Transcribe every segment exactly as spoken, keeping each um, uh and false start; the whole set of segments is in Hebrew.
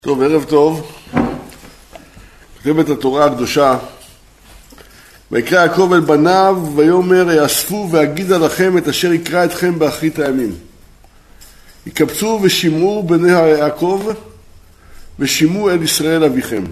טוב, ערב טוב. כתבת התורה הקדושה, ויקרא יעקב אל בניו ויאמר יאספו ואגידה לכם את אשר יקרא אתכם באחרית הימים. יקבצו ושמעו בני יעקב ושמעו אל ישראל אביכם.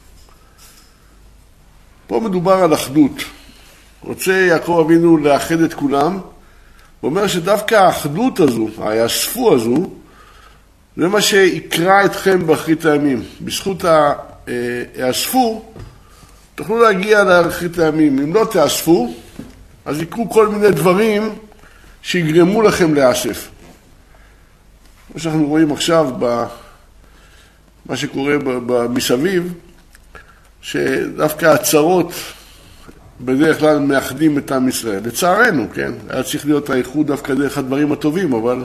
פה מדובר על אחדות. רוצה יעקב אבינו לאחד את כולם. הוא אומר שדווקא האחדות הזו, היאספו הזו, זה מה שיקרא אתכם באחרית הימים. בזכות היאספו, תוכלו להגיע לאחרית הימים. אם לא תאספו, אז יקרו כל מיני דברים שיגרמו לכם לאסף. מה שאנחנו רואים עכשיו, במה שקורה מסביב, שדווקא הצרות בדרך כלל מאחדים את עם ישראל. לצערנו, כן? היה צריך להיות האיחוד דווקא דרך הדברים הטובים, אבל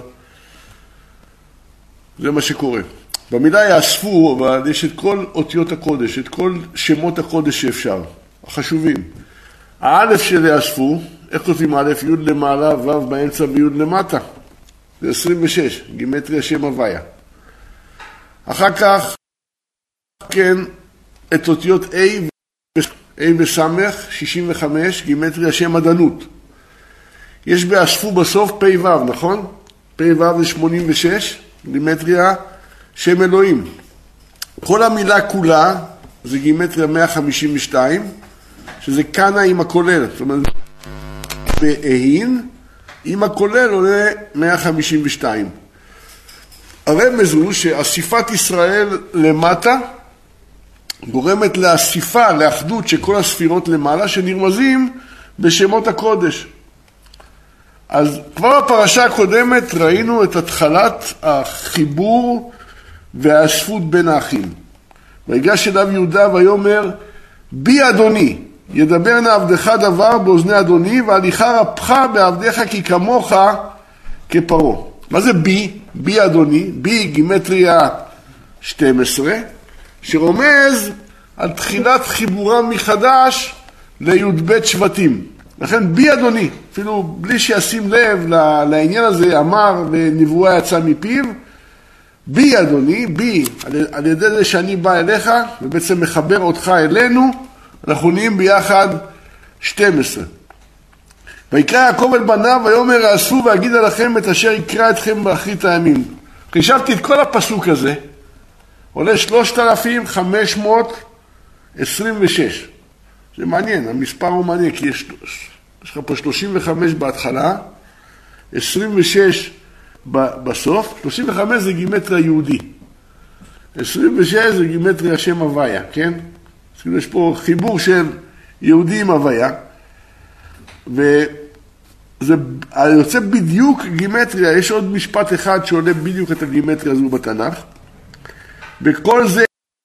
זה מה שקורה. במילה יאספו, אבל יש את כל אותיות הקודש, את כל שמות הקודש שאפשר, החשובים. האלף של יאספו, איך כותבים א', י' למעלה, ו' באמצע וי' למטה. זה עשרים ושש, גימטריה שם הוויה. אחר כך, כן, את אותיות A, A וסמך, שישים וחמש, גימטריה שם עדנות. יש באספו בסוף פ' ו', נכון? פ' ו' זה שמונים ושש, גימטריה שם אלוהים. כל המילה כולה זה גימטריה מאה חמישים ושתיים, שזה קנה עם הכולל. זאת אומרת, באהין, עם הכולל עולה מאה חמישים ושתיים. הרמז הוא שאסיפת ישראל למטה גורמת לאסיפה, לאחדות של כל הספירות למעלה שנרמזים בשמות הקודש. אז כבר בפרשה הקודמת ראינו את התחלת החיבור והאספות בין האחים. ויגש אליו יהודה ויאמר בי אדוני, ידבר נא עבדך דבר באוזני אדוני, והליכה רפך בעבדך כי כמוך כפרעה. מה זה בי? בי אדוני, בי גימטריה שתים עשרה, שרומז על תחילת חיבורם מחדש לי"ב שבטים. לכן בי אדוני, אפילו בלי שישים לב לעניין הזה, אמר ונבואה יצא מפיו, בי אדוני, בי, על, על ידי זה שאני בא אליך, ובעצם מחבר אותך אלינו, אנחנו נהיים ביחד שתים עשרה. ויקרא יעקב אל בניו ויאמר יאספו ואגידה לכם את אשר יקרא אתכם באחרית הימים. חישבתי את כל הפסוק הזה, עולה שלושת אלפים חמש מאות עשרים ושש. זה מעניין, המספר הוא מעניין, כי יש, יש לך פה שלושים וחמש בהתחלה, עשרים ושש בסוף, שלושים וחמש זה גימטריה יהודי, עשרים ושש זה גימטריה שם הוויה, כן? אז יש פה חיבור של יהודי עם הוויה, וזה יוצא בדיוק גימטריה, יש עוד משפט אחד שעולה בדיוק את הגימטריה הזו בתנ"ך, וכל זה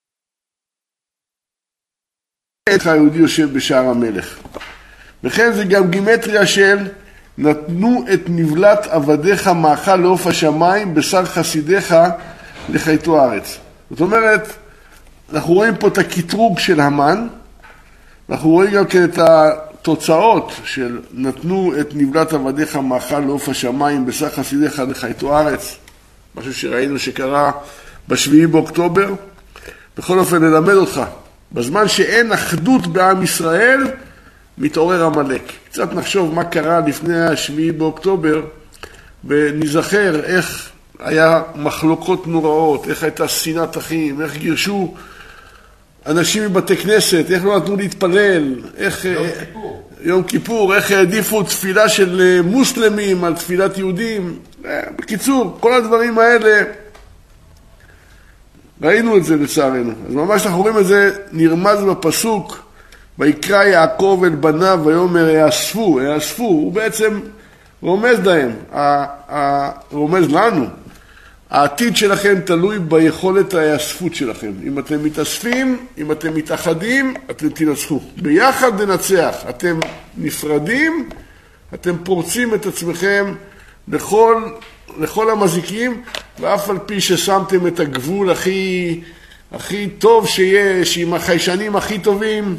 איך היהודי יושב בשער המלך. וכן זה גם גימטריה של נתנו את נבלת עבדיך מאכל לעוף השמיים, בשר חסידיך לחייתו הארץ. זאת אומרת, אנחנו רואים פה את הקטרוג של המן, אנחנו רואים גם כן את התוצאות של נתנו את נבלת עבדיך מאכל לעוף השמיים, בשר חסידיך לחייתו הארץ. משהו שראינו שקרה בשביעי באוקטובר. בכל אופן ללמד אותך, בזמן שאין אחדות בעם ישראל, מתעורר עמלק. קצת נחשוב מה קרה לפני השביעי באוקטובר, ונזכר איך היה מחלוקות נוראות, איך הייתה שנאת אחים, איך גירשו אנשים מבתי כנסת, איך לא נתנו להתפלל, איך יום כיפור, יום כיפור איך העדיפו תפילה של מוסלמים על תפילת יהודים. בקיצור, כל הדברים האלה, ראינו את זה לצערנו. אז ממש אנחנו רואים את זה נרמז בפסוק, ויקרא יעקב אל בניו ויאמר יאספו, יאספו, הוא בעצם רומז להם, רומז לנו. העתיד שלכם תלוי ביכולת היאספות שלכם. אם אתם מתאספים, אם אתם מתאחדים, אתם תנצחו. ביחד ננצח. אתם נפרדים, אתם פורצים את עצמכם לכל, לכל המזיקים, ואף על פי ששמתם את הגבול הכי, הכי טוב שיש, עם החיישנים הכי טובים,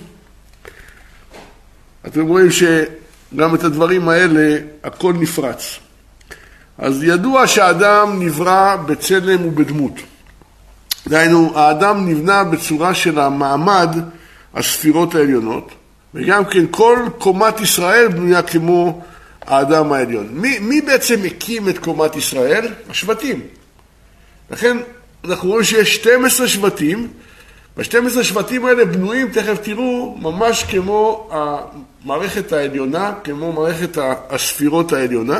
אתם רואים שגם את הדברים האלה הכל נפרץ. אז ידוע שהאדם נברא בצלם ובדמות. דהיינו, האדם נבנה בצורה של המעמד הספירות העליונות, וגם כן כל קומת ישראל בנויה כמו האדם העליון. מי, מי בעצם הקים את קומת ישראל? השבטים. לכן אנחנו רואים שיש שנים עשר שבטים, וה-שנים עשר שבטים האלה בנויים, תכף תראו, ממש כמו המערכת העליונה, כמו מערכת הספירות העליונה,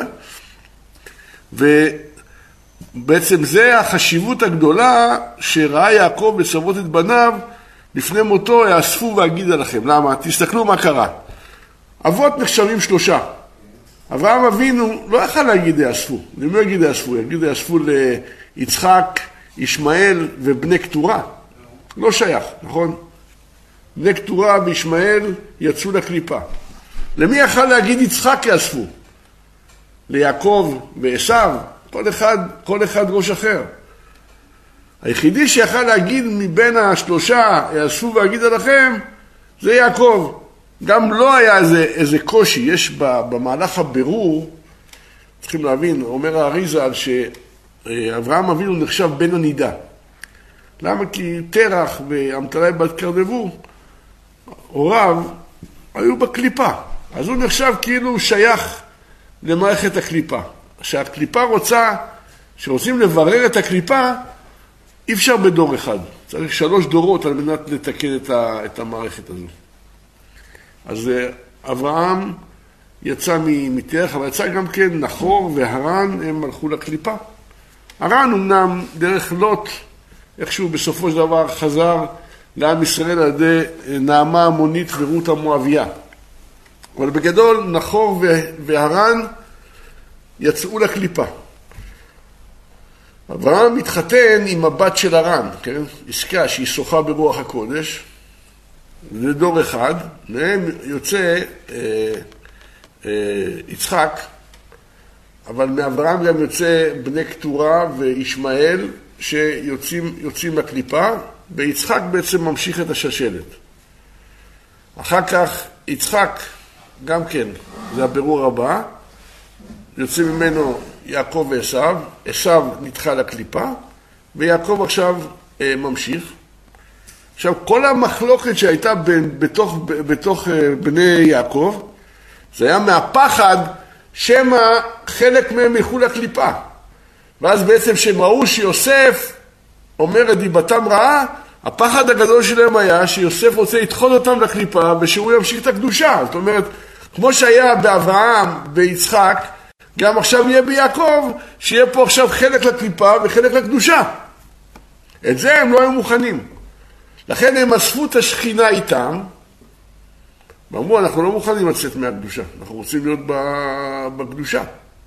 ובעצם זה החשיבות הגדולה שראה יעקב לצוות את בניו, לפני מותו יאספו ואגידה לכם. למה? תסתכלו מה קרה. אבות נחשבים שלושה. אברהם אבינו לא יכל להגיד יאספו. למי יגיד יאספו? יגיד יאספו ליצחק, ישמעאל ובני קטורה. לא שייך, נכון? בני קטורה וישמעאל יצאו לקליפה. למי יכל להגיד יצחק יאספו? ליעקב ועשיו? כל אחד, כל אחד ראש אחר. היחידי שיכל להגיד מבין השלושה, יאספו ואגידה לכם, זה יעקב. גם לא היה איזה, איזה קושי. יש במהלך הבירור, צריכים להבין, אומר האריז"ל, שאברהם אבינו נחשב בן הנידה. למה? כי תרח ואמתלי בת קרנבו, הוריו, היו בקליפה. אז הוא נחשב כאילו הוא שייך למערכת הקליפה. שהקליפה רוצה, שרוצים לברר את הקליפה, אי אפשר בדור אחד. צריך שלוש דורות על מנת לתקן את, ה, את המערכת הזו. אז אברהם יצא מתרח, אבל יצא גם כן נחור והרן, הם הלכו לקליפה. הרן אמנם דרך לוט, איכשהו בסופו של דבר חזר לעם ישראל על ידי נעמה המונית ורות המואביה. אבל בגדול נחור והרן יצאו לקליפה. אברהם מתחתן עם הבת של הרן, כן? עסקה שהיא שוחה ברוח הקודש, זה דור אחד, מהם יוצא אה, אה, יצחק, אבל מאברהם גם יוצא בני קטורה וישמעאל שיוצאים יוצאים לקליפה, ויצחק בעצם ממשיך את השושלת. אחר כך יצחק, גם כן, זה הבירור הבא, יוצא ממנו יעקב ועשיו, עשיו נדחה לקליפה, ויעקב עכשיו אה, ממשיך. עכשיו, כל המחלוקת שהייתה בין, בתוך, בתוך אה, בני יעקב, זה היה מהפחד שמה חלק מהם ילכו לקליפה. ואז בעצם שהם ראו שיוסף אומר את דיבתם רעה, הפחד הגדול שלהם היה שיוסף רוצה לדחות אותם לקליפה ושהוא ימשיך את הקדושה. זאת אומרת, כמו שהיה באברהם ויצחק, גם עכשיו יהיה ביעקב, שיהיה פה עכשיו חלק לקליפה וחלק לקדושה. את זה הם לא היו מוכנים. לכן הם אספו את השכינה איתם, ואמרו, אנחנו לא מוכנים לצאת מהקדושה, אנחנו רוצים להיות בקדושה.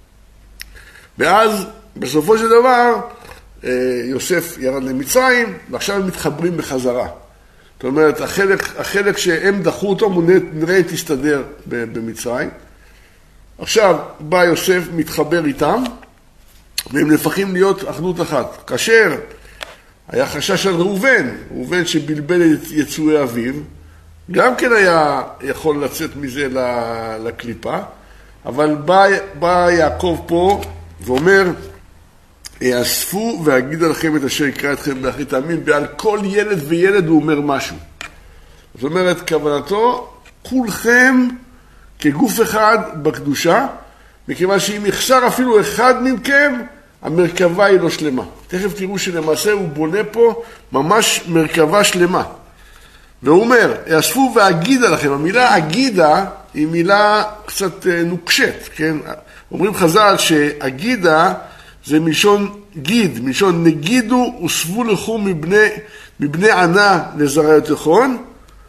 ואז, בסופו של דבר, יוסף ירד למצרים, ועכשיו הם מתחברים בחזרה. זאת אומרת, החלק, החלק שהם דחו אותו, נראה תסתדר במצרים. עכשיו בא יוסף, מתחבר איתם, והם נפחים להיות אחדות אחת. כאשר היה חשש על ראובן, ראובן שבלבל את יצואי אביו, גם כן היה יכול לצאת מזה לקליפה, אבל בא, בא יעקב פה ואומר, יאספו ואגידה לכם את אשר יקרא אתכם באחרית הימים, ועל כל ילד וילד הוא אומר משהו. זאת אומרת, כוונתו, כולכם כגוף אחד בקדושה, מכיוון שאם יחסר אפילו אחד מכם, המרכבה היא לא שלמה. תכף תראו שלמעשה הוא בונה פה ממש מרכבה שלמה. והוא אומר, יאספו ואגידה לכם. המילה אגידה היא מילה קצת נוקשת, כן? אומרים חז"ל שאגידה זה מלשון גיד, מלשון נגידו וסבו לכו מבני, מבני ענה לזרע יתכון,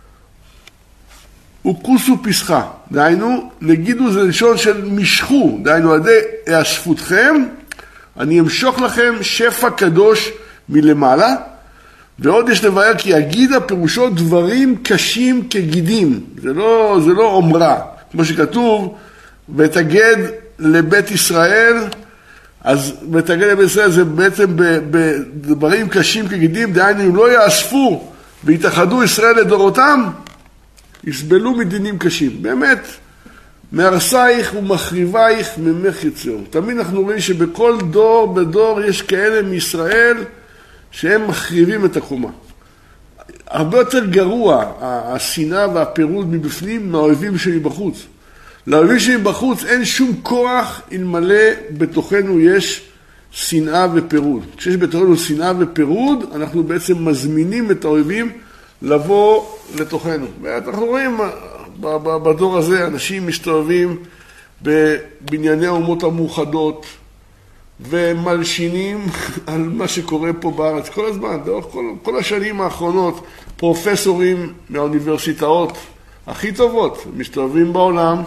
וכוסו פסחה. דהיינו, נגידו זה לשון של משכו, דהיינו, על ידי אספותכם, אני אמשוך לכם שפע קדוש מלמעלה, ועוד יש לבאר כי אגידה פירושו דברים קשים כגידים, זה לא, זה לא אומרה, כמו שכתוב, ותגד לבית ישראל, אז ותגד לבית ישראל זה בעצם בדברים קשים כגידים, דהיינו, אם לא יאספו והתאחדו ישראל לדורותם, יסבלו מדינים קשים. באמת, מהרסייך ומחריבייך ממך יציון. תמיד אנחנו רואים שבכל דור בדור יש כאלה מישראל שהם מחריבים את הקומה. הרבה יותר גרוע, השנאה והפירוד מבפנים מהאויבים שלי בחוץ. לאויבים שלי בחוץ אין שום כוח אלמלא בתוכנו יש שנאה ופירוד. כשיש בתוכנו שנאה ופירוד, אנחנו בעצם מזמינים את האויבים לבוא לתוכנו. ואנחנו רואים בדור הזה, אנשים מסתובבים בבנייני האומות המאוחדות, ומלשינים על מה שקורה פה בארץ כל הזמן, דרך כל, כל השנים האחרונות, פרופסורים מהאוניברסיטאות הכי טובות, מסתובבים בעולם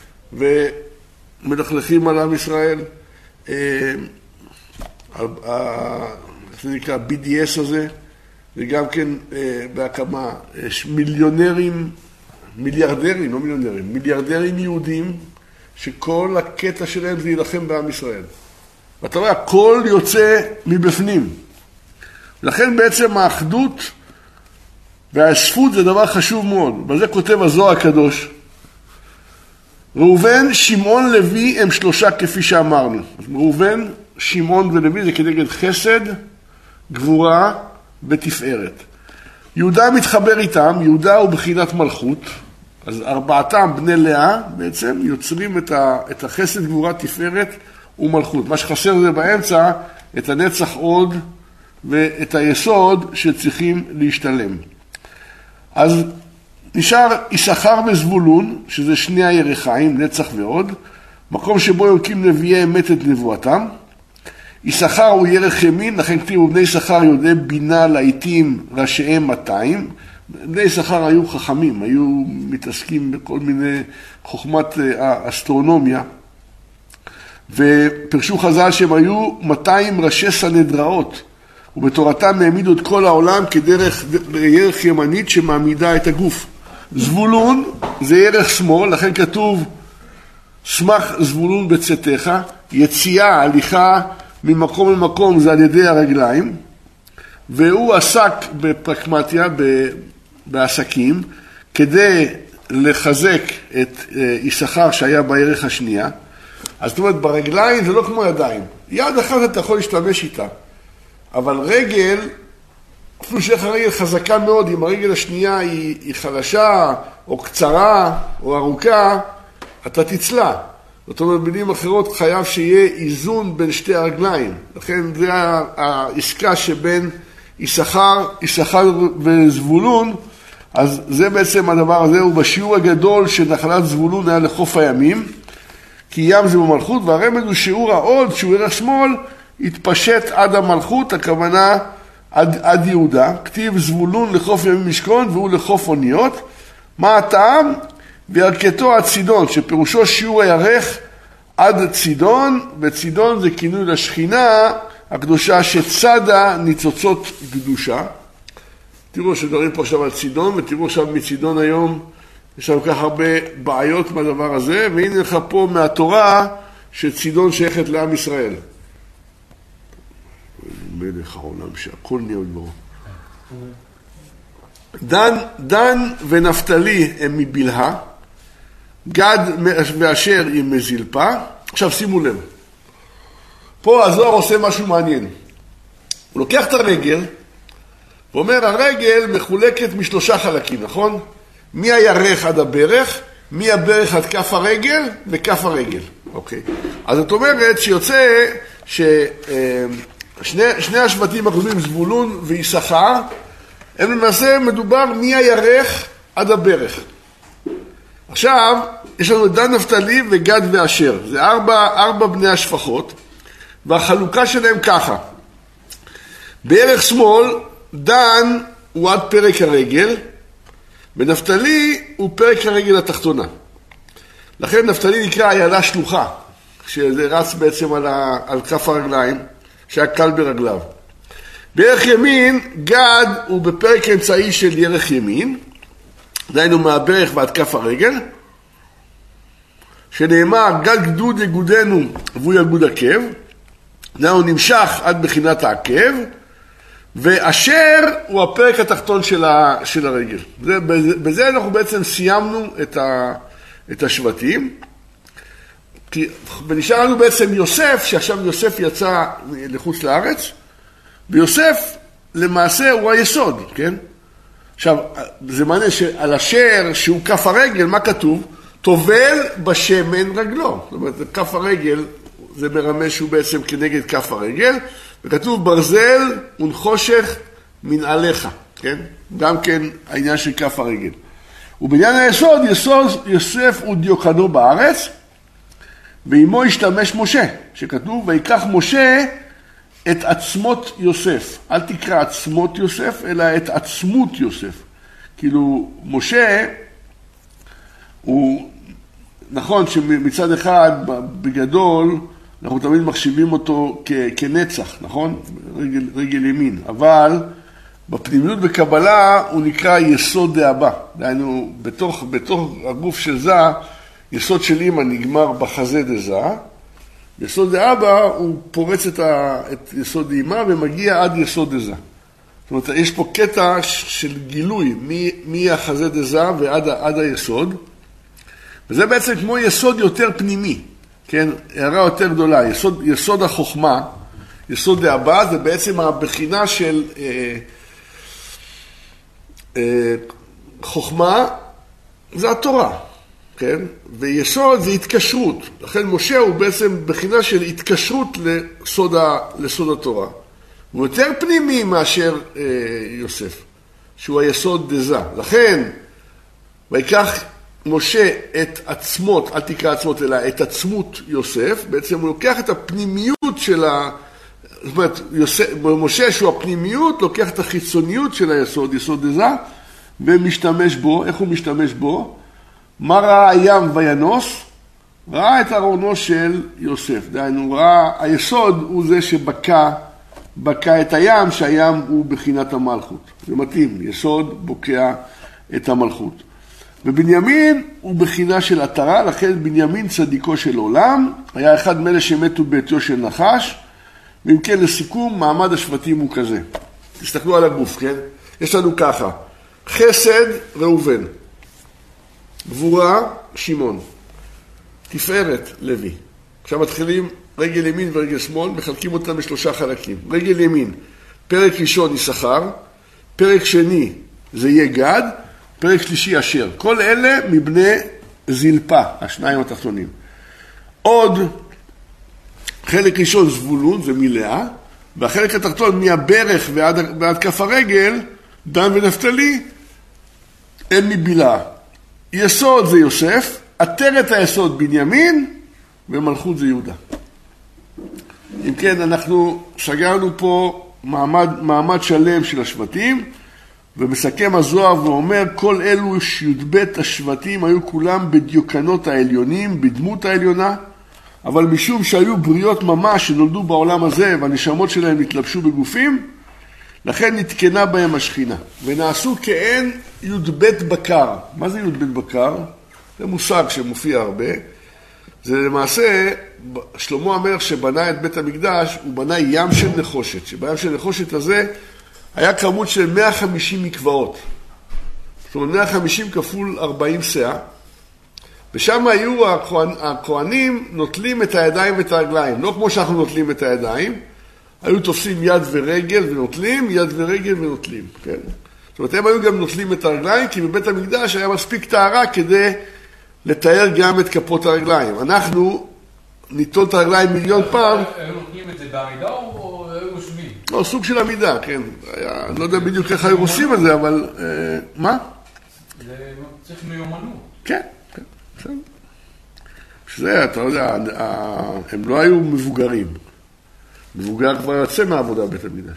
ומלכלכים על עם ישראל. זה נקרא בי די אס הזה, וגם כן בהקמה, יש מיליונרים, מיליארדרים, לא מיליונרים, מיליארדרים יהודים, שכל הקטע שלהם זה להילחם בעם ישראל. ואתה רואה, הכל יוצא מבפנים. לכן בעצם האחדות והאספות זה דבר חשוב מאוד. וזה כותב הזוהר הקדוש. ראובן, שמעון, לוי הם שלושה כפי שאמרנו. ראובן, שמעון ולוי זה כנגד חסד, גבורה ותפארת. יהודה מתחבר איתם, יהודה הוא בחינת מלכות. אז ארבעתם בני לאה בעצם יוצרים את החסד, גבורה, תפארת ומלכות. מה שחסר זה באמצע את הנצח עוד ואת היסוד שצריכים להשתלם. אז נשאר יששכר וזבולון, שזה שני הירחיים, נצח ועוד, מקום שבו יונקים נביאי אמת את נבואתם. יששכר הוא ירח ימין, לכן כתיבו בני יששכר יודעי בינה לעיתים ראשיהם מאתיים. בני יששכר היו חכמים, היו מתעסקים בכל מיני חוכמת האסטרונומיה. ופרשו חז"ל שהם היו מאתיים ראשי סנהדראות, ובתורתם העמידו את כל העולם כדרך ירח ימנית שמעמידה את הגוף. זבולון זה ירח שמאל, לכן כתוב שמח זבולון בצאתך, יציאה, הליכה ממקום למקום זה על ידי הרגליים, והוא עסק בפרקמטיה, בעסקים, כדי לחזק את יששכר שהיה בירח השנייה. אז זאת אומרת, ברגליים זה לא כמו ידיים. יד אחת אתה יכול להשתמש איתה, אבל רגל, אפילו שאיך הרגל חזקה מאוד, אם הרגל השנייה היא, היא חלשה, או קצרה, או ארוכה, אתה תצלה. זאת אומרת, במילים אחרות חייב שיהיה איזון בין שתי הרגליים. לכן זה העסקה שבין יששכר, יששכר וזבולון, אז זה בעצם הדבר הזה, הוא בשיעור הגדול של נחלת זבולון היה לחוף הימים, כי ים זה במלכות, והרמז הוא שיעור העוד, שהוא ירח שמאל, התפשט עד המלכות, הכוונה עד, עד יהודה. כתיב זבולון לחוף ימים משכון, והוא לחוף אוניות. מה הטעם? וירכתו עד צידון, שפירושו שיעור הירח עד צידון, וצידון זה כינוי לשכינה הקדושה שצדה ניצוצות קדושה. תראו שדברים פה עכשיו על צידון, ותראו עכשיו מצידון היום, יש לנו כך הרבה בעיות מהדבר הזה, והנה לך פה מהתורה שצידון שייכת לעם ישראל. מלך העולם שהכל נהיה בו. דן, דן ונפתלי הם מבלהה, גד ואשר היא מזילפה. עכשיו שימו לב, פה הזוהר עושה משהו מעניין. הוא לוקח את הרגל, ואומר הרגל מחולקת משלושה חלקים, נכון? מי הירך עד הברך, מי הברך עד כף הרגל וכף הרגל. אוקיי. אז זאת אומרת שיוצא ששני שני השבטים הקודמים, זבולון ויששכר, הם למעשה מדובר מי הירך עד הברך. עכשיו, יש לנו דן, נפתלי וגד ואשר. זה ארבע, ארבע בני השפחות, והחלוקה שלהם ככה. בערך שמאל, דן הוא עד פרק הרגל, ונפתלי הוא פרק הרגל התחתונה. לכן נפתלי נקרא איילה שלוחה, שזה רץ בעצם על, ה, על כף הרגליים, שהיה קל ברגליו. בערך ימין, גד הוא בפרק האמצעי של ירך ימין, דהיינו מהברך ועד כף הרגל, שנאמר גד גדוד יגודנו והוא יגוד עקב, דהיינו נמשך עד בחינת העקב, ואשר הוא הפרק התחתון של, ה, של הרגל. זה, בזה, בזה אנחנו בעצם סיימנו את, ה, את השבטים. כי, ונשאר לנו בעצם יוסף, שעכשיו יוסף יצא לחוץ לארץ, ויוסף למעשה הוא היסוד, כן? עכשיו, זה מעניין שעל אשר שהוא כף הרגל, מה כתוב? טובל בשמן רגלו. זאת אומרת, כף הרגל זה מרמז שהוא בעצם כנגד כף הרגל, וכתוב ברזל ונחושך מנעליך, כן? גם כן העניין של כף הרגל. ובעניין היסוד, יסוד יוסף הוא דיוקנו בארץ, ועמו השתמש משה, שכתוב, ויקח משה את עצמות יוסף. אל תקרא עצמות יוסף, אלא את עצמות יוסף. כאילו, משה, הוא, נכון שמצד אחד, בגדול, אנחנו תמיד מחשיבים אותו כ, כנצח, נכון? רגל, רגל ימין. אבל בפנימיות בקבלה הוא נקרא יסוד דאבא. דהיינו, בתוך, בתוך הגוף של זה, יסוד של אמא נגמר בחזה דזה, יסוד דאבא הוא פורץ את, ה, את יסוד אמא ומגיע עד יסוד דזה. זאת אומרת, יש פה קטע של גילוי מהחזה דזה ועד עד היסוד, וזה בעצם כמו יסוד יותר פנימי, כן? הערה יותר גדולה. יסוד, יסוד החוכמה, יסוד דאבא, זה בעצם הבחינה של אה, אה, חוכמה, זה התורה. כן? ויסוד זה התקשרות. לכן משה הוא בעצם בחינה של התקשרות לסוד, ה, לסוד התורה. הוא יותר פנימי מאשר אה, יוסף, שהוא היסוד דזה. לכן, ויקח משה את עצמות, אל תקרא עצמות, אלא את עצמות יוסף, בעצם הוא לוקח את הפנימיות של ה... זאת אומרת, יוסף, משה שהוא הפנימיות, לוקח את החיצוניות של היסוד, יסוד דזה, ומשתמש בו. איך הוא משתמש בו? מה ראה הים וינוס? ראה את ארונו של יוסף. דהיינו, ראה, היסוד הוא זה שבקע, בקע את הים, שהים הוא בחינת המלכות. זה מתאים, יסוד בוקע את המלכות. ובנימין הוא בחינה של עטרה, לכן בנימין צדיקו של עולם, היה אחד מאלה שמתו בעטיו של נחש, ואם כן לסיכום, מעמד השבטים הוא כזה. תסתכלו על הגוף, כן? יש לנו ככה, חסד ראובן, גבורה שמעון, תפארת לוי. עכשיו מתחילים רגל ימין ורגל שמאל, מחלקים אותם בשלושה חלקים. רגל ימין, פרק ראשון יששכר, פרק שני זה יהיה גד, פרק שלישי אשר. כל אלה מבני זלפה, השניים התחתונים. עוד חלק ראשון זבולון ומלאה, והחלק התחתון מהברך ועד, ועד כף הרגל, דן ונפתלי, הם מבלעה. יסוד זה יוסף, עטרת היסוד בנימין, ומלכות זה יהודה. אם כן, אנחנו סגרנו פה מעמד, מעמד שלם של השבטים, ומסכם הזוהר ואומר, כל אלו שי"ב השבטים היו כולם בדיוקנות העליונים, בדמות העליונה, אבל משום שהיו בריות ממש שנולדו בעולם הזה, והנשמות שלהם התלבשו בגופים, לכן נתקנה בהם השכינה, ונעשו כאין י"ב בקר. מה זה י"ב בקר? זה מושג שמופיע הרבה. זה למעשה, שלמה המלך שבנה את בית המקדש, הוא בנה ים של נחושת, שבים של נחושת הזה היה כמות של מאה וחמישים מקוואות. זאת אומרת, מאה וחמישים כפול ארבעים שאה, ושם היו הכהנ... הכהנים נוטלים את הידיים ואת הרגליים, לא כמו שאנחנו נוטלים את הידיים, היו תופסים יד ורגל ונוטלים, יד ורגל ונוטלים, כן? זאת אומרת, הם היו גם נוטלים את הרגליים, כי בבית המקדש היה מספיק טהרה כדי לתאר גם את כפות הרגליים. אנחנו ניטול את הרגליים מיליון פעם. היו נותנים את זה בעמידה או היו רושמים? לא, סוג של עמידה, כן. אני לא יודע בדיוק איך היו עושים את זה, אבל... מה? זה צריך מיומנות. כן, כן, בסדר. שזה, אתה יודע, הם לא היו מבוגרים. מבוגר כבר יוצא מהעבודה בבית המקדש.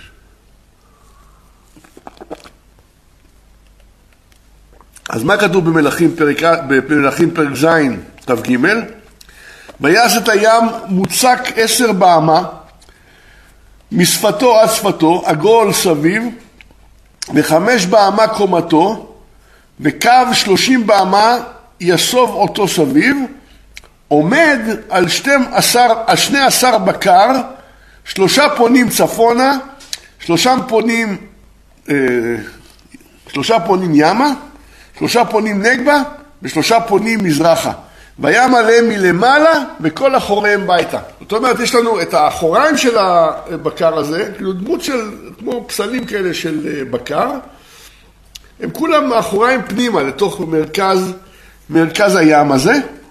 אז מה כתוב במלכים פרק, במלכים פרק ז' ת"ג? ויעש את הים מוצק עשר באמה, משפתו עד שפתו, עגול סביב, וחמש באמה קומתו, וקו שלושים באמה יסוב אותו סביב, עומד על שתים עשר, על שני עשר בקר, שלושה פונים צפונה, שלושה פונים, אה, שלושה פונים ימה, שלושה פונים נגבה, ושלושה פונים מזרחה. והיה מלא מלמעלה וכל אחוריהם ביתה. זאת אומרת, יש לנו את האחוריים של הבקר הזה, כאילו דמות של, כמו פסלים כאלה של בקר, הם כולם האחוריים פנימה לתוך מרכז, מרכז הים הזה.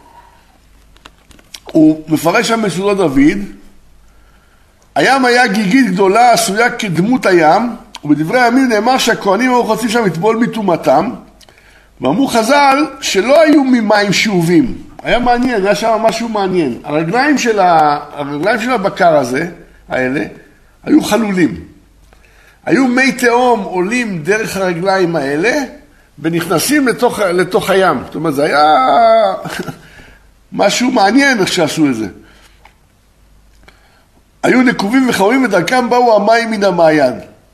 הוא מפרש שם בסעודות דוד, הים היה גיגית גדולה עשויה כדמות הים, ובדברי הימים נאמר שהכהנים היו חוצים שם לטבול מטומאתם, ואמרו חז"ל שלא היו ממים שאובים. היה מעניין, היה שם משהו מעניין. הרגליים של, ה... הרגליים של הבקר הזה, האלה, היו חלולים. היו מי תהום עולים דרך הרגליים האלה, ונכנסים לתוך, לתוך הים. זאת אומרת, זה היה משהו מעניין איך שעשו את זה. היו נקובים וחרורים ודרכם באו המים מן המעיין.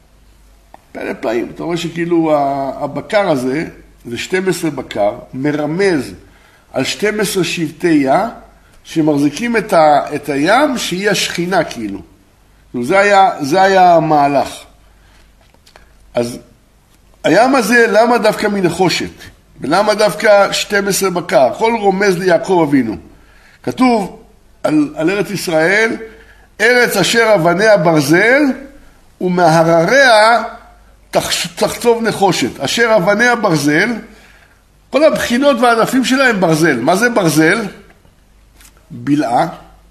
פלא פלאים. אתה רואה שכאילו הבקר הזה, זה שתים עשרה בקר, מרמז על שתים עשרה שבטי יה, שמחזיקים את, ה, את הים, שהיא השכינה כאילו. זה היה, זה היה המהלך. אז הים הזה, למה דווקא מנחושת? ולמה דווקא שתים עשרה בקר? הכל רומז ליעקב אבינו. כתוב על, על ארץ ישראל, ארץ אשר אבניה ברזל, ומהרריה תחצוב נחושת. אשר אבניה ברזל, כל הבחינות והענפים שלה הם ברזל. מה זה ברזל? בלעה,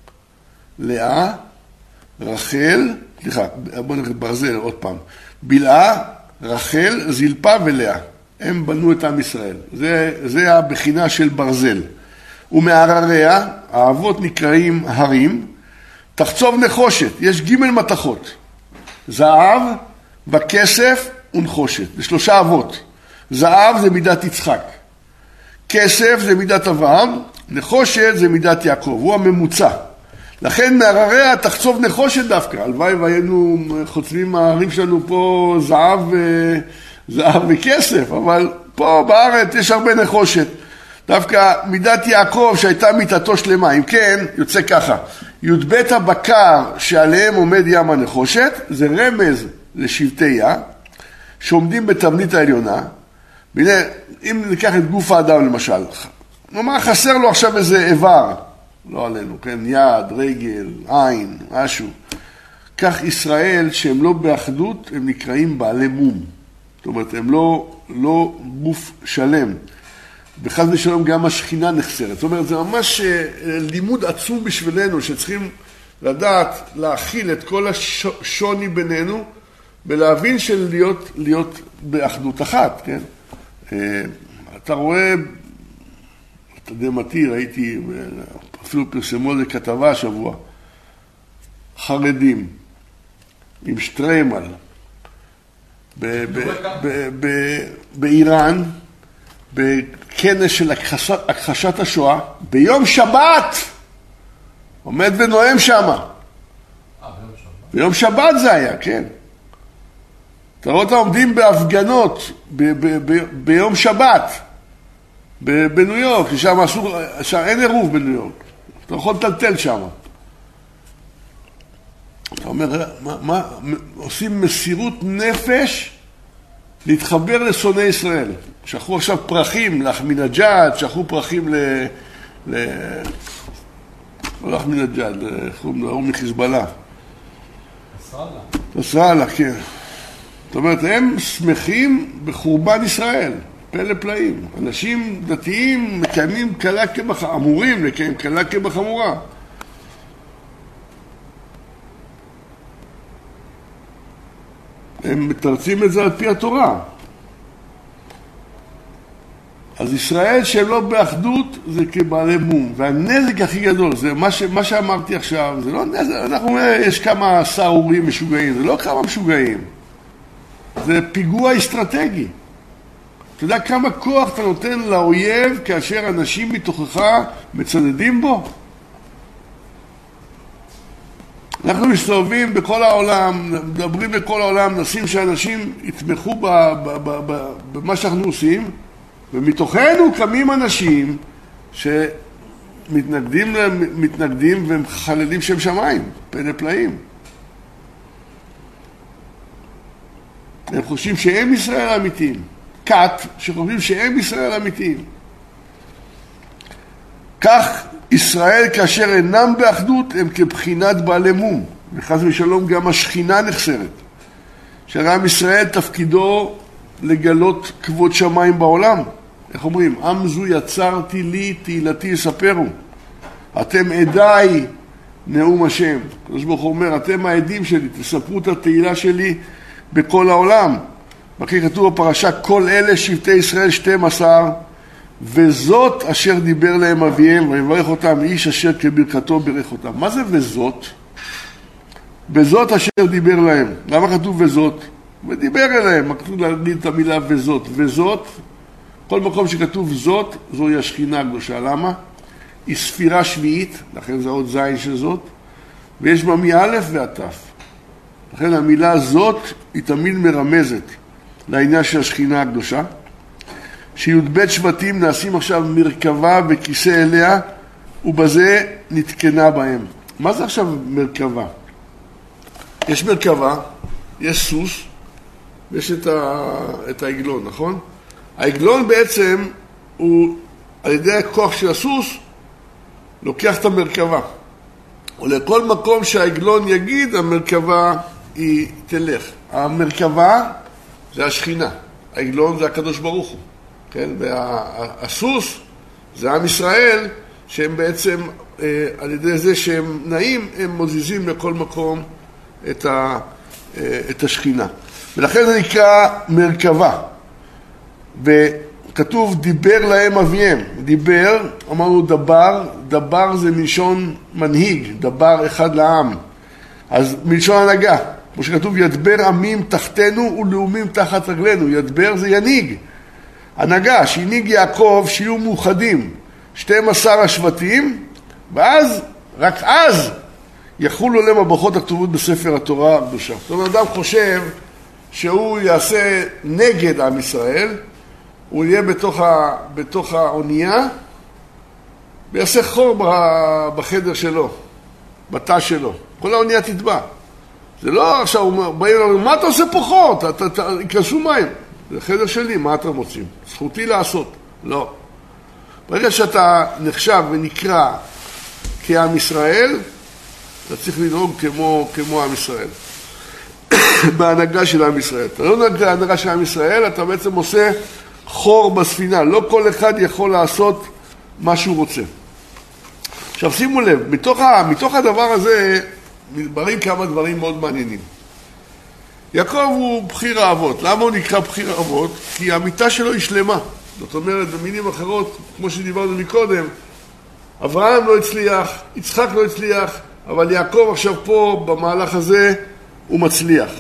לאה, רחל, סליחה, בוא נראה ברזל עוד פעם. בלעה, רחל, זלפה ולאה. הם בנו את עם ישראל. זה, זה הבחינה של ברזל. ומהרריה, האבות נקראים הרים, תחצוב נחושת. יש ג' מתכות. זהב, בכסף ונחושת. זה שלושה אבות. זהב זה מידת יצחק. כסף זה מידת אברהם. נחושת זה מידת יעקב. הוא הממוצע. לכן מהרריה תחצוב נחושת דווקא. הלוואי והיינו חוצבים הערים שלנו פה זהב, זהב וכסף. אבל פה בארץ יש הרבה נחושת. דווקא מידת יעקב שהייתה מיתתו שלמה. אם כן, יוצא ככה. י"ב הבקר שעליהם עומד ים הנחושת, זה רמז לשבטי יה, שעומדים בתבנית העליונה. והנה, אם ניקח את גוף האדם למשל, נאמר חסר לו עכשיו איזה איבר, לא עלינו, כן? יד, רגל, עין, משהו. כך ישראל שהם לא באחדות, הם נקראים בעלי מום. זאת אומרת, הם לא, לא גוף שלם. בחז ושלום גם השכינה נחסרת. זאת אומרת, זה ממש לימוד עצום בשבילנו, שצריכים לדעת להכיל את כל השוני בינינו, ולהבין של להיות, להיות באחדות אחת, כן? אתה רואה, תדהמתי, ראיתי, אפילו פרסמו על כתבה השבוע, חרדים, עם שטריימל, באיראן, בכנס של הכחשת, הכחשת השואה, ביום שבת, עומד ונואם שמה. ביום שבת זה היה, כן. אתה רואה אותם עומדים בהפגנות ב- ב- ב- ביום שבת ב- בניו יורק, שם אסור, שם אין עירוב בניו יורק. אתה יכול לטלטל שם. אתה אומר, מה, מה, עושים מסירות נפש להתחבר לשונאי ישראל. שכחו עכשיו פרחים לאחמדינג'אד, שכחו פרחים ל... ל... לא לאחמדינג'אד, להוא מחיזבאללה. נסראללה. נסראללה, כן. זאת אומרת, הם שמחים בחורבן ישראל, פלא פלאים. אנשים דתיים מקיימים קלה כבחמורה, אמורים לקיים קלה כבחמורה. הם מתרצים את זה על פי התורה. אז ישראל שהם לא באחדות זה כבעלי מום. והנזק הכי גדול, זה מה, ש, מה שאמרתי עכשיו, זה לא נזק, אנחנו אומרים, יש כמה סעורים משוגעים, זה לא כמה משוגעים. זה פיגוע אסטרטגי. אתה יודע כמה כוח אתה נותן לאויב כאשר אנשים מתוכך מצדדים בו? אנחנו מסתובבים בכל העולם, מדברים בכל העולם, נשים שאנשים יתמכו ב, ב, ב, ב, במה שאנחנו עושים, ומתוכנו קמים אנשים שמתנגדים מתנגדים והם חללים שם שמיים, פלא פלאים. הם חושבים שהם ישראל האמיתיים. כת שחושבים שהם ישראל האמיתיים. כך ישראל כאשר אינם באחדות הם כבחינת בעלי מום, וחס ושלום גם השכינה נחסרת. שהרי עם ישראל תפקידו לגלות כבוד שמיים בעולם. איך אומרים? עם זו יצרתי לי, תהילתי יספרו. אתם עדיי נאום השם. הקדוש ברוך הוא אומר, אתם העדים שלי, תספרו את התהילה שלי בכל העולם. וכי כתוב בפרשה, כל אלה שבטי ישראל שתים עשר, וזאת אשר דיבר להם אביהם, ויברך אותם, איש אשר כברכתו ברך אותם. מה זה וזאת? וזאת אשר דיבר להם. למה כתוב וזאת? ודיבר אליהם. מה כתוב להגיד את המילה וזאת? וזאת, כל מקום שכתוב זאת, זוהי השכינה הקדושה. למה? היא ספירה שביעית, לכן זה עוד זין של זאת, ויש בה מאלף ועד תף. לכן המילה זאת היא תמיד מרמזת לעניין של השכינה הקדושה. שי"ב שבטים נעשים עכשיו מרכבה וכיסא אליה, ובזה נתקנה בהם. מה זה עכשיו מרכבה? יש מרכבה, יש סוס, ויש את, ה... את העגלון, נכון? העגלון בעצם הוא, על ידי הכוח של הסוס, לוקח את המרכבה. ולכל מקום שהעגלון יגיד, המרכבה היא תלך. המרכבה זה השכינה, העגלון זה הקדוש ברוך הוא. כן? והסוס זה עם ישראל, שהם בעצם, על ידי זה שהם נעים, הם מוזיזים לכל מקום את, ה, את השכינה. ולכן זה נקרא מרכבה. וכתוב דיבר להם אביהם. דיבר, אמרנו דבר, דבר זה מלשון מנהיג, דבר אחד לעם. אז מלשון הנהגה. כמו שכתוב ידבר עמים תחתנו ולאומים תחת רגלינו. ידבר זה ינהיג. הנהגה, שהנהיג יעקב שיהיו מאוחדים שתים עשר השבטים, ואז, רק אז, יחולו להם הברכות הכתובות בספר התורה הקדושה. זאת אומרת, אדם חושב שהוא יעשה נגד עם ישראל, הוא יהיה בתוך, ה, בתוך האונייה, ויעשה חור בחדר שלו, בתא שלו. כל האונייה תטבע. זה לא עכשיו, הוא אומר, באים ואומרים, מה אתה עושה פה חור? יקרסו מים. זה חדר שלי, מה אתם רוצים? זכותי לעשות. לא. ברגע שאתה נחשב ונקרא כעם ישראל, אתה צריך לנהוג כמו, כמו עם ישראל. בהנהגה של עם ישראל. אתה לא נהג בהנהגה של עם ישראל, אתה בעצם עושה חור בספינה. לא כל אחד יכול לעשות מה שהוא רוצה. עכשיו שימו לב, מתוך, ה, מתוך הדבר הזה מתבררים כמה דברים מאוד מעניינים. יעקב הוא בחיר האבות. למה הוא נקרא בחיר האבות? כי המיטה שלו היא שלמה. זאת אומרת, במילים אחרות, כמו שדיברנו מקודם, אברהם לא הצליח, יצחק לא הצליח, אבל יעקב עכשיו פה, במהלך הזה, הוא מצליח.